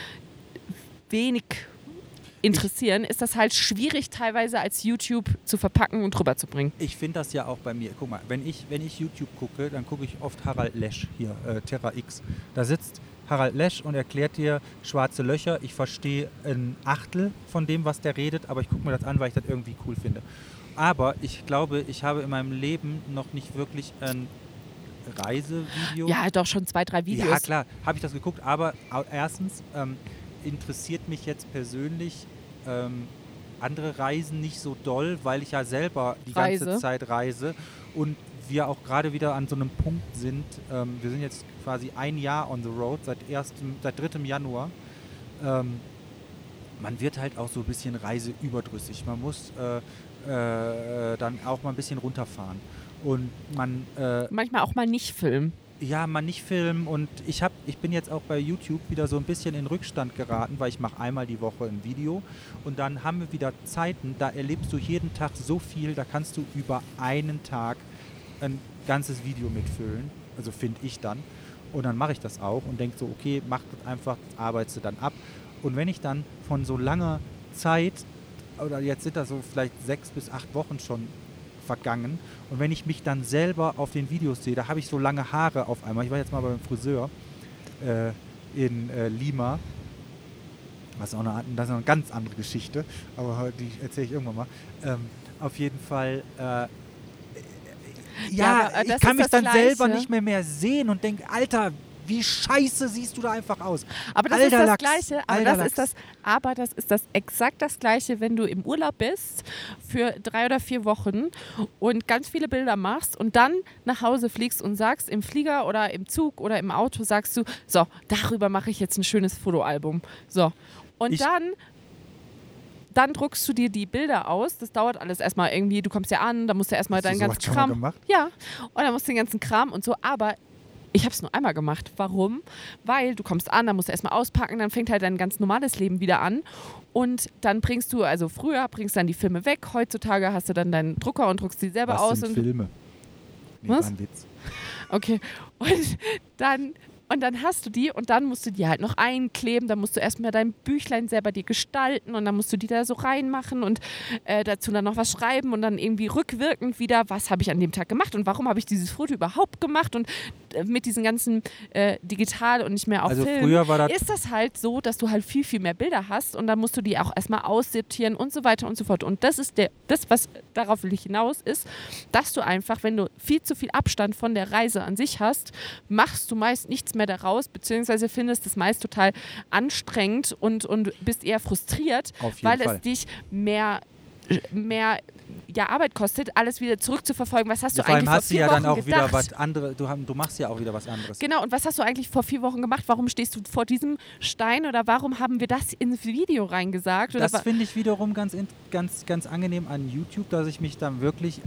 wenig interessieren, ist das halt schwierig teilweise als YouTube zu verpacken und rüberzubringen. Ich finde das ja auch bei mir. Guck mal, wenn ich YouTube gucke, dann gucke ich oft Harald Lesch hier, Terra X. Da sitzt Harald Lesch und erklärt dir schwarze Löcher. Ich verstehe ein Achtel von dem, was der redet, aber ich gucke mir das an, weil ich das irgendwie cool finde. Aber ich glaube, ich habe in meinem Leben noch nicht wirklich ein Reisevideo. Ja, doch schon 2, 3 Videos. Ja, klar, habe ich das geguckt. Aber erstens interessiert mich jetzt persönlich andere Reisen nicht so doll, weil ich ja selber die ganze Zeit reise und wir auch gerade wieder an so einem Punkt sind. Wir sind jetzt quasi ein Jahr on the road, seit 3. Januar. Man wird halt auch so ein bisschen reiseüberdrüssig. Man muss dann auch mal ein bisschen runterfahren. Und man manchmal auch mal nicht filmen. Ja, mal nicht filmen und ich bin jetzt auch bei YouTube wieder so ein bisschen in Rückstand geraten, weil ich mache einmal die Woche ein Video und dann haben wir wieder Zeiten, da erlebst du jeden Tag so viel, da kannst du über einen Tag ein ganzes Video mitfüllen, also finde ich dann. Und dann mache ich das auch und denke so, okay, mach das einfach, arbeitest du dann ab. Und wenn ich dann von so langer Zeit, oder jetzt sind das so vielleicht 6 bis 8 Wochen schon vergangen. Und wenn ich mich dann selber auf den Videos sehe, da habe ich so lange Haare auf einmal. Ich war jetzt mal beim Friseur in Lima. Das ist eine ganz andere Geschichte, aber die erzähle ich irgendwann mal. Auf jeden Fall, ich kann mich dann selber nicht mehr sehen und denke, Alter, wie scheiße siehst du da einfach aus. Aber das ist das Gleiche. Aber das ist exakt das Gleiche, wenn du im Urlaub bist für 3 oder 4 Wochen und ganz viele Bilder machst und dann nach Hause fliegst und sagst im Flieger oder im Zug oder im Auto, sagst du, so, darüber mache ich jetzt ein schönes Fotoalbum. So. Und dann druckst du dir die Bilder aus. Das dauert alles erstmal irgendwie. Du kommst ja an, da musst du erstmal deinen ganzen Kram. Schon mal gemacht? Ja. Und dann musst du den ganzen Kram und so. Aber ich habe es nur einmal gemacht. Warum? Weil du kommst an, dann musst du erstmal auspacken, dann fängt halt dein ganz normales Leben wieder an. Und dann früher bringst du dann die Filme weg. Heutzutage hast du dann deinen Drucker und druckst die selber aus. Was sind Filme? Nee, was? War ein Witz. Okay. Und dann hast du die und dann musst du die halt noch einkleben. Dann musst du erstmal dein Büchlein selber dir gestalten und dann musst du die da so reinmachen und dazu dann noch was schreiben und dann irgendwie rückwirkend wieder, was habe ich an dem Tag gemacht und warum habe ich dieses Foto überhaupt gemacht und mit diesen ganzen digital und nicht mehr auf Film. Früher war das ist das halt so, dass du halt viel, viel mehr Bilder hast und dann musst du die auch erstmal aussortieren und so weiter und so fort. Und das ist was darauf will ich hinaus, ist, dass du einfach, wenn du viel zu viel Abstand von der Reise an sich hast, machst du meist nichts mehr daraus, beziehungsweise findest es meist total anstrengend und bist eher frustriert, weil es dich mehr Arbeit kostet, alles wieder zurückzuverfolgen. Was hast du vor allem eigentlich vor 4 Wochen hast du ja dann auch gedacht? wieder was anderes, du machst ja auch wieder was anderes. Genau, und was hast du eigentlich vor 4 Wochen gemacht? Warum stehst du vor diesem Stein oder warum haben wir das ins Video reingesagt? Oder das finde ich wiederum ganz angenehm an YouTube, dass ich mich dann wirklich,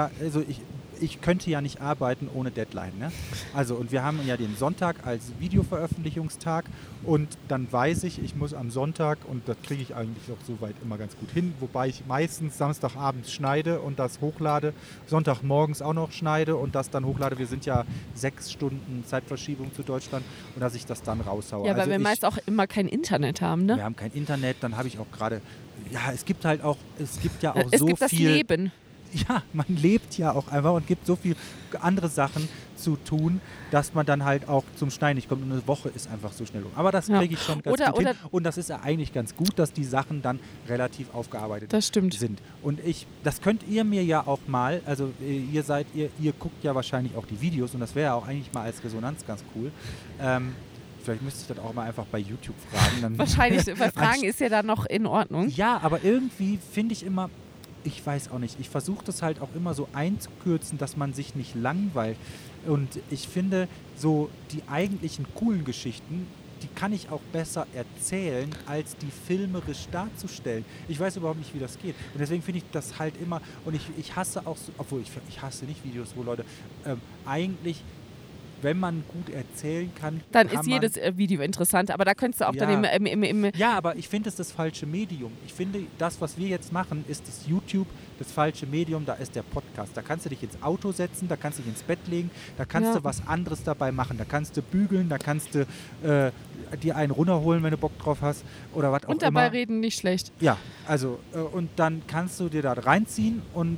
ich könnte ja nicht arbeiten ohne Deadline. Ne? Also, und wir haben ja den Sonntag als Videoveröffentlichungstag und dann weiß ich muss am Sonntag, und das kriege ich eigentlich auch soweit immer ganz gut hin, wobei ich meistens Samstagabends schneide und das hochlade, Sonntagmorgens auch noch schneide und das dann hochlade. Wir sind ja 6 Stunden Zeitverschiebung zu Deutschland und dass ich das dann raushaue. Ja, weil wir meist auch immer kein Internet haben, ne? Wir haben kein Internet, dann habe ich auch gerade, es gibt ja auch es so gibt viel... Das Leben. Ja, man lebt ja auch einfach und gibt so viele andere Sachen zu tun, dass man dann halt auch zum Schneiden nicht kommt und eine Woche ist einfach so schnell um. Aber das kriege ich schon ganz gut hin und das ist ja eigentlich ganz gut, dass die Sachen dann relativ aufgearbeitet sind. Und das könnt ihr mir ja auch mal, also ihr guckt ja wahrscheinlich auch die Videos und das wäre ja auch eigentlich mal als Resonanz ganz cool. Vielleicht müsste ich das auch mal einfach bei YouTube fragen. Dann wahrscheinlich, weil Fragen ist ja dann noch in Ordnung. Ja, aber irgendwie finde ich immer, ich weiß auch nicht, ich versuche das halt auch immer so einzukürzen, dass man sich nicht langweilt. Und ich finde, so die eigentlichen coolen Geschichten, die kann ich auch besser erzählen, als die filmerisch darzustellen. Ich weiß überhaupt nicht, wie das geht. Und deswegen finde ich das halt immer, und ich hasse auch, obwohl ich hasse nicht Videos, wo Leute eigentlich... Wenn man gut erzählen kann, dann ist jedes Video interessant, aber da könntest du auch dann im Ja, aber ich finde es das falsche Medium. Ich finde, das, was wir jetzt machen, ist das YouTube, das falsche Medium, da ist der Podcast. Da kannst du dich ins Auto setzen, da kannst du dich ins Bett legen, da kannst du was anderes dabei machen. Da kannst du bügeln, da kannst du dir einen runterholen, wenn du Bock drauf hast oder was auch immer. Und dabei reden nicht schlecht. Ja, also und dann kannst du dir da reinziehen und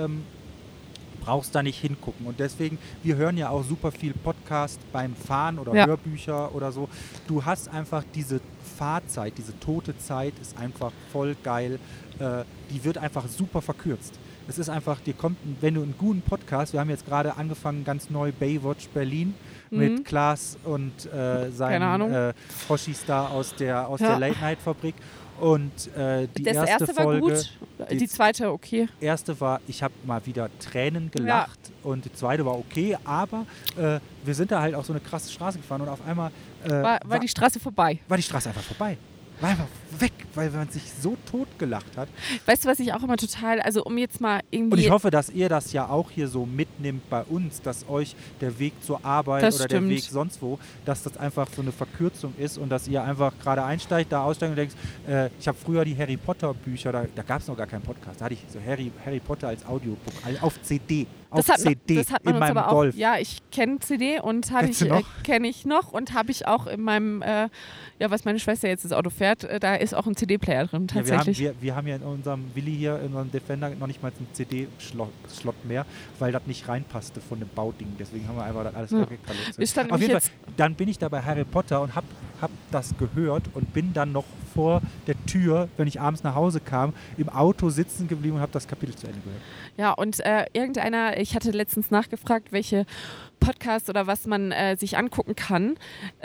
brauchst da nicht hingucken. Und deswegen, wir hören ja auch super viel Podcast beim Fahren oder Hörbücher oder so. Du hast einfach diese Fahrzeit, diese tote Zeit ist einfach voll geil. Die wird einfach super verkürzt. Es ist einfach, wenn du einen guten Podcast, wir haben jetzt gerade angefangen, ganz neu Baywatch Berlin mit Klaas und seinem Hoshi-Star aus der Late-Night-Fabrik. Und die erste Folge war gut, die zweite okay. Die erste war, ich habe mal wieder Tränen gelacht und die zweite war okay, aber wir sind da halt auf so eine krasse Straße gefahren und auf einmal war die Straße vorbei. War die Straße einfach vorbei. War einfach weg, weil man sich so tot gelacht hat. Weißt du, was ich auch immer total, also um jetzt mal irgendwie... Und ich hoffe, dass ihr das ja auch hier so mitnimmt bei uns, dass euch der Weg zur Arbeit oder der Weg sonst wo, dass das einfach so eine Verkürzung ist und dass ihr einfach gerade einsteigt, da aussteigt und denkt, ich habe früher die Harry Potter Bücher, da gab es noch gar keinen Podcast, da hatte ich so Harry Potter als Audiobook, auf CD. Das hat man in meinem aber Golf. Auch, ja, ich kenne CD und kenne ich noch und habe ich auch in meinem, was meine Schwester jetzt das Auto fährt, da ist auch ein CD-Player drin, tatsächlich. Ja, wir haben ja in unserem Willi hier, in unserem Defender, noch nicht mal einen CD-Slot mehr, weil das nicht reinpasste von dem Bauding. Deswegen haben wir einfach das alles weggekallert. Auf jeden Fall, dann bin ich da bei Harry Potter und hab das gehört und bin dann noch vor der Tür, wenn ich abends nach Hause kam, im Auto sitzen geblieben und habe das Kapitel zu Ende gehört. Ja, und ich hatte letztens nachgefragt, welche Podcasts oder was man sich angucken kann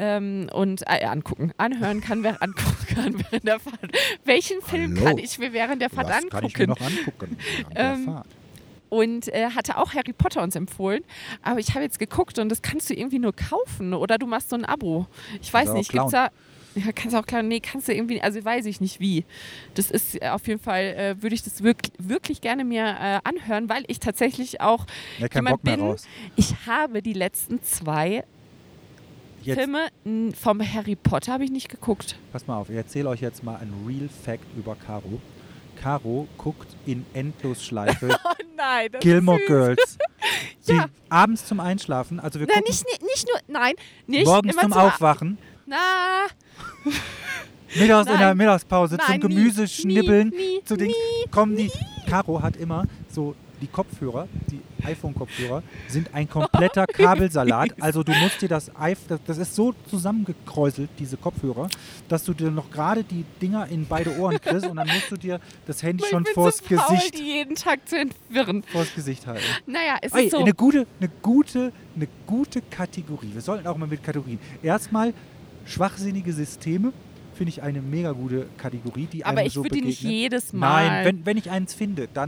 anhören kann während der Fahrt. Welchen Film kann ich mir während der Fahrt angucken? Kann ich mir noch angucken während der Fahrt? Und hatte auch Harry Potter uns empfohlen. Aber ich habe jetzt geguckt und das kannst du irgendwie nur kaufen oder du machst so ein Abo. Ich weiß nicht, gibt's da... Ja, kannst du auch klar, nee, kannst du irgendwie, also weiß ich nicht wie. Das ist auf jeden Fall, würde ich das wirklich gerne mir anhören, weil ich tatsächlich auch jemand bin. Ich habe die letzten 2 Filme vom Harry Potter habe ich nicht geguckt. Pass mal auf, ich erzähle euch jetzt mal ein Real Fact über Caro. Caro guckt in Endlosschleife Gilmore Girls. Abends zum Einschlafen, also wir gucken... Nicht morgens zum Aufwachen. Mittags in der Mittagspause zum Gemüseschnibbeln, zu den Caro hat immer so die Kopfhörer, die iPhone-Kopfhörer, sind ein kompletter Kabelsalat. Also du musst dir das ist so zusammengekräuselt, diese Kopfhörer, dass du dir noch gerade die Dinger in beide Ohren kriegst und dann musst du dir das Handy schon vors Gesicht... die jeden Tag zu entwirren. Vors Gesicht halten. Naja, es ist so... Eine gute Kategorie. Wir sollten auch mal mit Kategorien. Erstmal schwachsinnige Systeme. Finde ich eine mega gute Kategorie, die aber einem ich so würde begegnet. nicht jedes Mal... Nein, wenn ich eins finde, dann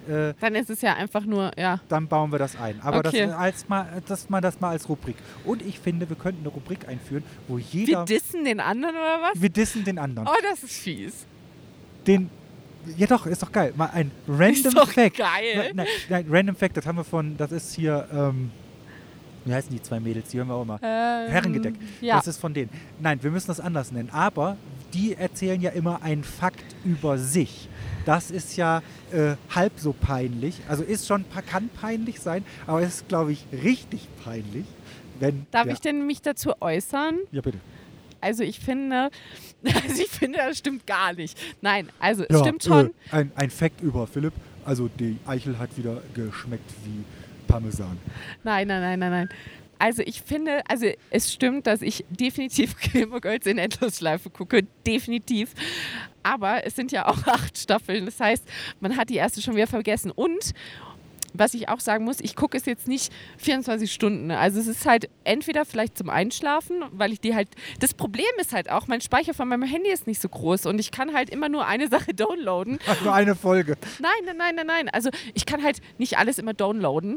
dann ist es ja einfach nur, ja. Dann bauen wir das ein. Aber okay. das mal als Rubrik. Und ich finde, wir könnten eine Rubrik einführen, wo jeder... Wir dissen den anderen oder was? Wir dissen den anderen. Oh, das ist fies. Ja doch, ist doch geil. Mal ein Random ist doch Fact. Geil. Nein, Random Fact, das haben wir das ist hier, wie heißen die zwei Mädels, die hören wir auch mal. Herrengedeck. Ja. Das ist von denen. Nein, wir müssen das anders nennen. Aber die erzählen ja immer einen Fakt über sich. Das ist ja halb so peinlich. Also kann peinlich sein, aber es ist, glaube ich, richtig peinlich. Darf ich denn mich dazu äußern? Ja, bitte. Also ich finde, das stimmt gar nicht. Nein, also es stimmt schon. Ein Fact über Philipp. Also die Eichel hat wieder geschmeckt wie Parmesan. Nein. Also ich finde, es stimmt, dass ich definitiv Gilmore Girls in Endlosschleife gucke. Definitiv. Aber es sind ja auch 8 Staffeln. Das heißt, man hat die erste schon wieder vergessen. Und was ich auch sagen muss, ich gucke es jetzt nicht 24 Stunden. Also es ist halt entweder vielleicht zum Einschlafen, weil ich die halt... Das Problem ist halt auch, mein Speicher von meinem Handy ist nicht so groß und ich kann halt immer nur eine Sache downloaden. Ach, nur eine Folge. Nein. Also ich kann halt nicht alles immer downloaden.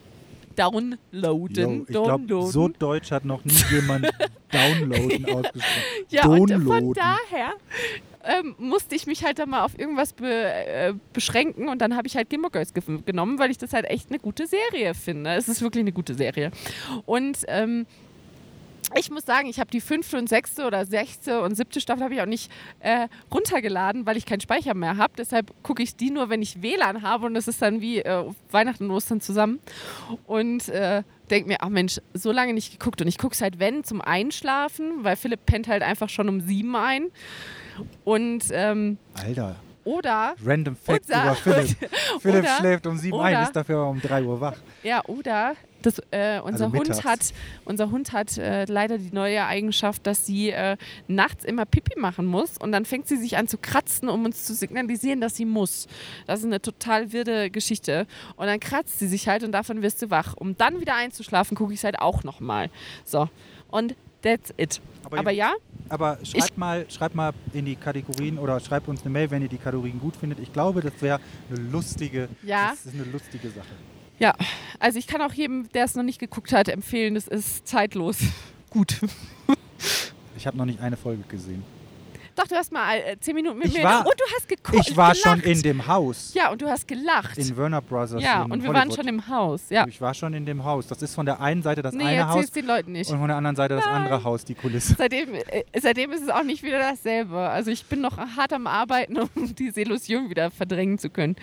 Ich glaube, so deutsch hat noch nie jemand Downloaden ausgesprochen. Ja, Downloaden. Und von daher musste ich mich halt dann mal auf irgendwas beschränken und dann habe ich halt Gilmore Girls genommen, weil ich das halt echt eine gute Serie finde. Es ist wirklich eine gute Serie. Und ich muss sagen, ich habe die 5. und 6. oder 6. und 7. Staffel habe ich auch nicht runtergeladen, weil ich keinen Speicher mehr habe. Deshalb gucke ich die nur, wenn ich WLAN habe und das ist dann wie Weihnachten und Ostern zusammen. Und denke mir, ach Mensch, so lange nicht geguckt. Und ich gucke es halt, wenn, zum Einschlafen, weil Philipp pennt halt einfach schon um 7 ein. Und Alter. Oder... Random Facts über Philipp. Philipp schläft um 7 ein, ist dafür aber um 3 Uhr wach. Ja, oder... Unser Hund hat leider die neue Eigenschaft, dass sie nachts immer Pipi machen muss und dann fängt sie sich an zu kratzen, um uns zu signalisieren, dass sie muss. Das ist eine total wirde Geschichte. Und dann kratzt sie sich halt und davon wirst du wach. Um dann wieder einzuschlafen, gucke ich es halt auch nochmal. So, und that's it. Aber ja? Aber schreibt mal in die Kategorien oder schreibt uns eine Mail, wenn ihr die Kategorien gut findet. Ich glaube, das wäre das ist eine lustige Sache. Ja, also ich kann auch jedem, der es noch nicht geguckt hat, empfehlen, es ist zeitlos gut. Ich habe noch nicht eine Folge gesehen. Doch, du hast mal 10 Minuten mit mir und du hast geguckt. Ich war schon in dem Haus. Ja, und du hast gelacht. In Werner Brothers. Ja, und wir waren schon im Haus. Ja. Ich war schon in dem Haus. Das ist von der einen Seite das eine Haus. Nee, erzähl's den Leuten nicht. Und von der anderen Seite das andere Haus, die Kulisse. Seitdem ist es auch nicht wieder dasselbe. Also ich bin noch hart am Arbeiten, um diese Illusion wieder verdrängen zu können.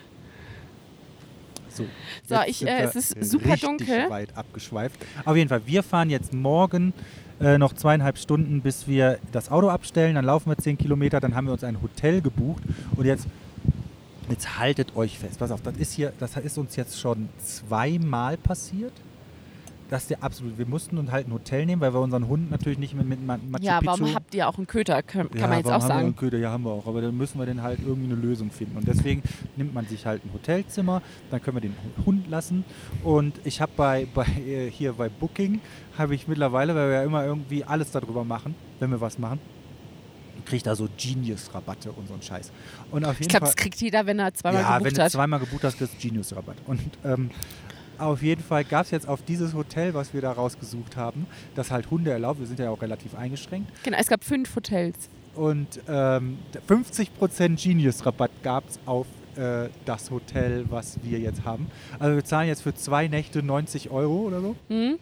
So, es ist super dunkel. Weit abgeschweift. Auf jeden Fall, wir fahren jetzt morgen noch 2,5 Stunden, bis wir das Auto abstellen. Dann laufen wir 10 Kilometer, dann haben wir uns ein Hotel gebucht. Und jetzt haltet euch fest. Pass auf, das ist uns jetzt schon 2-mal passiert. Das ist ja absolut. Wir mussten uns halt ein Hotel nehmen, weil wir unseren Hund natürlich nicht mit Machu Picchu... Ja, warum habt ihr auch einen Köter? Kann man jetzt auch sagen. Haben wir einen Köter? Ja, haben wir auch. Aber dann müssen wir dann halt irgendwie eine Lösung finden. Und deswegen nimmt man sich halt ein Hotelzimmer, dann können wir den Hund lassen. Und ich habe bei Booking, habe ich mittlerweile, weil wir ja immer irgendwie alles darüber machen, wenn wir was machen, kriegt da so Genius-Rabatte und so einen Scheiß. Und auf jeden ich glaube, das kriegt jeder, wenn er zweimal gebucht hat. Ja, wenn du zweimal gebucht hast, kriegst du Genius-Rabatt. Und auf jeden Fall gab es jetzt auf dieses Hotel, was wir da rausgesucht haben, das halt Hunde erlaubt. Wir sind ja auch relativ eingeschränkt. Genau, es gab 5 Hotels. Und 50% Genius-Rabatt gab es auf das Hotel, was wir jetzt haben. Also wir zahlen jetzt für 2 Nächte 90 € oder so. Mhm.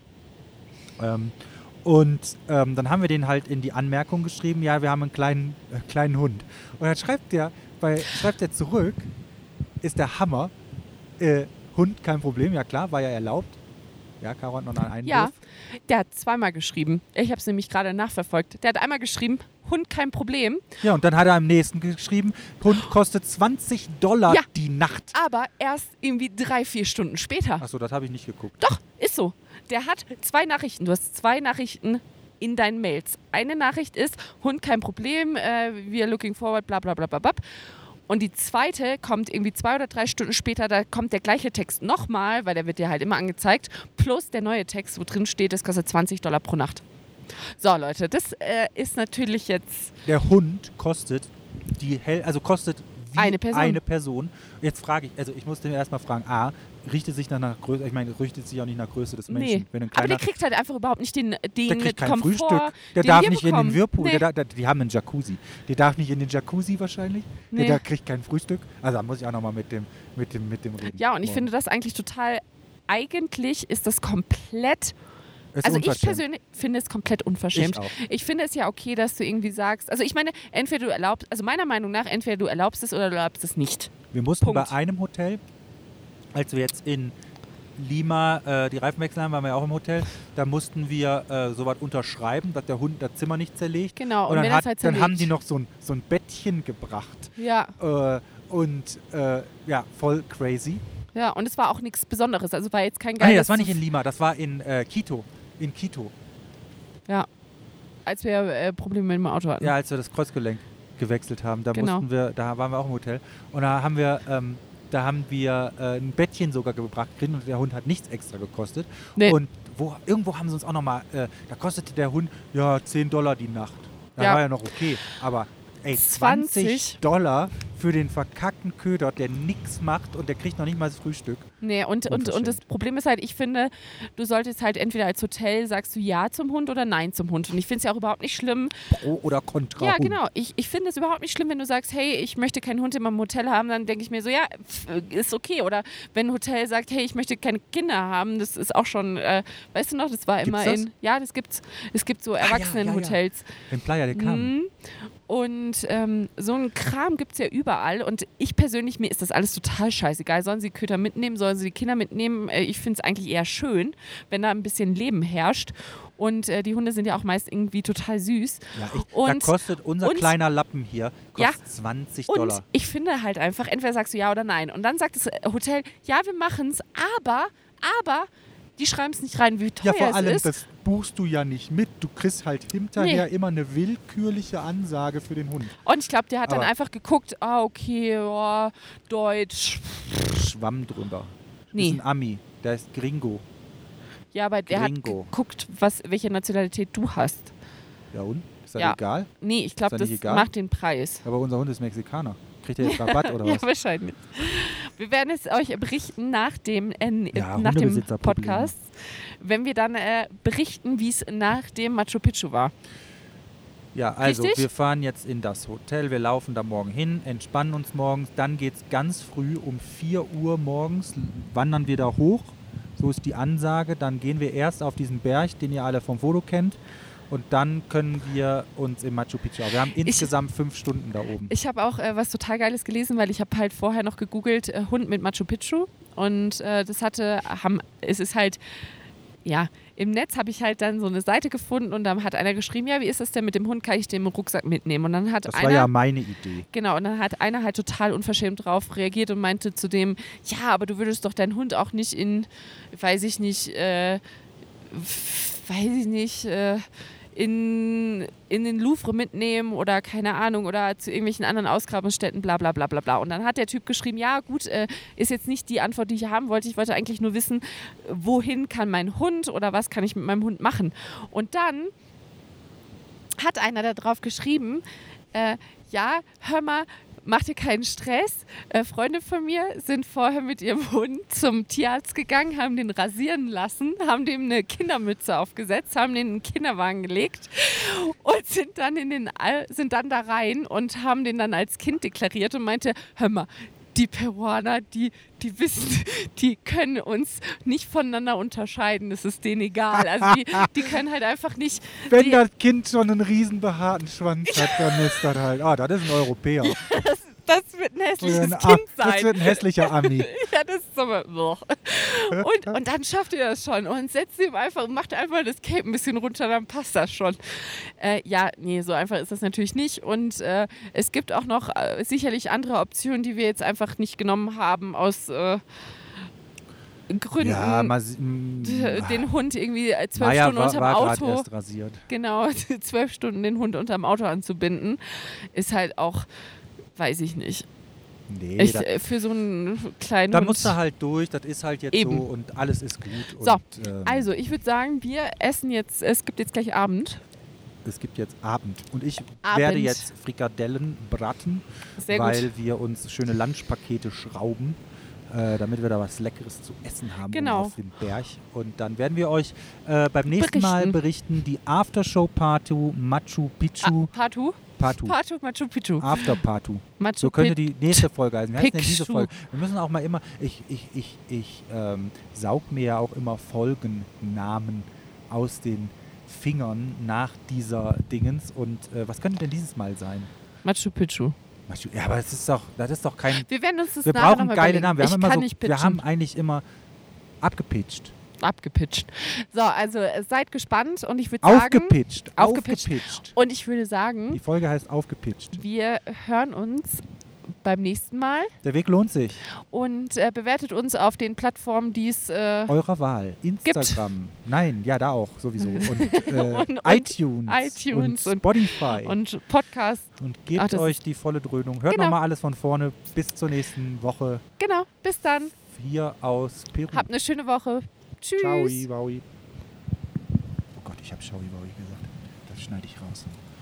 Dann haben wir den halt in die Anmerkung geschrieben, ja, wir haben einen kleinen Hund. Und dann schreibt der zurück, ist der Hammer, Hund, kein Problem, ja klar, war ja erlaubt. Ja, Caro hat noch einen Einwurf. Ja, der hat 2-mal geschrieben. Ich habe es nämlich gerade nachverfolgt. Der hat einmal geschrieben, Hund, kein Problem. Ja, und dann hat er am nächsten geschrieben, Hund kostet $20 die Nacht. Aber erst irgendwie 3-4 Stunden später. Achso, das habe ich nicht geguckt. Doch, ist so. Der hat 2 Nachrichten. Du hast 2 Nachrichten in deinen Mails. Eine Nachricht ist, Hund, kein Problem, we are looking forward, bla bla bla bla bla. Und die zweite kommt irgendwie 2 oder 3 Stunden später, da kommt der gleiche Text nochmal, weil der wird dir halt immer angezeigt, plus der neue Text, wo drin steht, es kostet $20 pro Nacht. So Leute, das ist natürlich jetzt... Der Hund kostet eine Person. Jetzt frage ich, also ich musste mir erstmal fragen, richtet sich nach Größe, ich meine, richtet sich auch nicht nach Größe des Menschen. Nee, aber der kriegt halt einfach überhaupt nicht den der kriegt kein Komfort, Frühstück, der darf nicht bekommen. in den Whirlpool, Nee. die haben einen Jacuzzi. Der darf nicht in den Jacuzzi wahrscheinlich, Nee. der kriegt kein Frühstück. Also da muss ich auch nochmal mit dem reden. Ja, und ich finde das eigentlich total, eigentlich ist das komplett, also ich persönlich finde es komplett unverschämt. Ich finde es ja okay, dass du irgendwie sagst, also ich meine, entweder du erlaubst, also meiner Meinung nach, entweder du erlaubst es oder du erlaubst es nicht. Wir mussten Punkt. bei einem Hotel, als wir jetzt in Lima die Reifen wechseln haben, waren wir ja auch im Hotel, da mussten wir sowas unterschreiben, dass der Hund das Zimmer nicht zerlegt. Genau, und wenn das halt zerlegt. dann haben die noch so ein Bettchen gebracht. Ja. Voll crazy. Ja, und es war auch nichts Besonderes, also war jetzt kein geiles... Nee, das war nicht in Lima, das war in Quito. In Quito. Ja, als wir Probleme mit dem Auto hatten. Ja, als wir das Kreuzgelenk gewechselt haben, da Genau. da waren wir auch im Hotel und da haben wir ein Bettchen sogar gebracht und der Hund hat nichts extra gekostet. Nee. Und irgendwo haben sie uns auch nochmal, da kostete der Hund $10 die Nacht. Das Ja. war ja noch okay, aber $20 für den verkackten Köder, der nichts macht und der kriegt noch nicht mal das Frühstück. Nee, und das Problem ist halt, ich finde, du solltest halt entweder als Hotel sagst du Ja zum Hund oder Nein zum Hund. Und ich finde es ja auch überhaupt nicht schlimm. Pro oder Contra Ja, Hund. genau. Ich finde es überhaupt nicht schlimm, wenn du sagst, hey, ich möchte keinen Hund in meinem Hotel haben, dann denke ich mir so, ja, ist okay. Oder wenn ein Hotel sagt, hey, ich möchte keine Kinder haben, das ist auch schon, weißt du noch, das war immer Gibt's das? Ja, das gibt's. Es gibt so Erwachsenenhotels. In Playa del Carmen. Und so ein Kram gibt es ja überall. Und ich persönlich, mir ist das alles total scheißegal. Sollen sie Köter mitnehmen, sollen sie die Kinder mitnehmen? Ich finde es eigentlich eher schön, wenn da ein bisschen Leben herrscht. Und die Hunde sind ja auch meist irgendwie total süß. Ja, da kostet unser kleiner Lappen hier $20. Und ich finde halt einfach, entweder sagst du ja oder nein. Und dann sagt das Hotel, ja, wir machen es, aber die schreiben es nicht rein, wie teuer es ist. Ja, vor allem, das buchst du ja nicht mit. Du kriegst halt hinterher immer eine willkürliche Ansage für den Hund. Und ich glaube, der hat dann einfach geguckt, okay, Deutsch. Schwamm drüber. Nee. Das ist ein Ami, der ist Gringo. Ja, aber der hat geguckt, welche Nationalität du hast. Ja und? Ist das egal? Nee, ich glaube, das macht den Preis. Aber unser Hund ist Mexikaner. Kriegt er jetzt Rabatt oder was? Ja, wahrscheinlich. Wir werden es euch berichten nach dem Podcast, wenn wir dann berichten, wie es nach dem Machu Picchu war. Ja, also Richtig? wir fahren jetzt in das Hotel, wir laufen da morgen hin, entspannen uns morgens, dann geht es ganz früh um 4 Uhr morgens, wandern wir da hoch, so ist die Ansage, dann gehen wir erst auf diesen Berg, den ihr alle vom Foto kennt. Und dann können wir uns im Machu Picchu. Wir haben insgesamt 5 Stunden da oben. Ich habe auch was total Geiles gelesen, weil ich habe halt vorher noch gegoogelt, Hund mit Machu Picchu. Und es ist halt, ja, im Netz habe ich halt dann so eine Seite gefunden und dann hat einer geschrieben, ja, wie ist das denn mit dem Hund, kann ich den im Rucksack mitnehmen? Und dann hat das war ja meine Idee. Genau, und dann hat einer halt total unverschämt drauf reagiert und meinte zu dem, ja, aber du würdest doch deinen Hund auch nicht in den Louvre mitnehmen oder keine Ahnung oder zu irgendwelchen anderen Ausgrabungsstätten, bla bla bla bla bla. Und dann hat der Typ geschrieben, ja gut, ist jetzt nicht die Antwort, die ich haben wollte. Ich wollte eigentlich nur wissen, wohin kann mein Hund oder was kann ich mit meinem Hund machen. Und dann hat einer da drauf geschrieben, ja, hör mal, mach dir keinen Stress. Freunde von mir sind vorher mit ihrem Hund zum Tierarzt gegangen, haben den rasieren lassen, haben dem eine Kindermütze aufgesetzt, haben den in den Kinderwagen gelegt und sind dann da rein und haben den dann als Kind deklariert und meinte, hör mal, die Peruaner, die wissen, die können uns nicht voneinander unterscheiden. Das ist denen egal. Also die können halt einfach nicht... Wenn das Kind schon einen riesen behaarten Schwanz hat, dann ist das halt, das ist ein Europäer. Das wird ein hässliches Kind sein. Das wird ein hässlicher Ami. Ja, das ist aber... Und dann schafft ihr das schon. Und setzt ihm einfach, macht einfach das Cape ein bisschen runter, dann passt das schon. So einfach ist das natürlich nicht. Und es gibt auch noch sicherlich andere Optionen, die wir jetzt einfach nicht genommen haben aus... Gründen, den Hund irgendwie 12 Stunden unterm Auto. Erst rasiert. Genau, 12 Stunden den Hund unterm Auto anzubinden, ist halt auch... Weiß ich nicht. Nee, für so einen kleinen da Hund. musst du halt durch, das ist halt jetzt Eben. so und alles ist gut. So, und, also ich würde sagen, wir essen jetzt, es gibt jetzt gleich Abend. es gibt jetzt Abend. Und ich werde jetzt Frikadellen braten, weil wir uns schöne Lunchpakete schrauben, damit wir da was Leckeres zu essen haben auf dem Berg. Und dann werden wir euch beim nächsten Mal berichten, die Aftershow-Party Machu Picchu. Partu, Machu Picchu. After-Partu. So könnte die nächste Folge heißen. Wie heißt denn diese Folge? Wir müssen auch mal immer, ich saug mir ja auch immer Folgennamen aus den Fingern nach dieser Dingens. Und was könnte denn dieses Mal sein? Machu Picchu. Ja, aber das ist doch kein... Wir werden uns das wir nachher brauchen geile Namen. Wir haben eigentlich immer abgepitcht. So, also seid gespannt und ich würde sagen... Aufgepitcht. Und ich würde sagen... Die Folge heißt aufgepitcht. Wir hören uns beim nächsten Mal. Der Weg lohnt sich. Und bewertet uns auf den Plattformen, die es eurer Wahl. Instagram. Gibt. Nein, ja, da auch sowieso. Und iTunes und Spotify. Und Podcast. Und gebt euch die volle Dröhnung. Hört nochmal alles von vorne. Bis zur nächsten Woche. Genau, bis dann. Hier aus Peru. Habt eine schöne Woche. Tschüss. Ciao, Waui. Oh Gott, ich habe Ciao, Waui gesagt. Das schneide ich raus.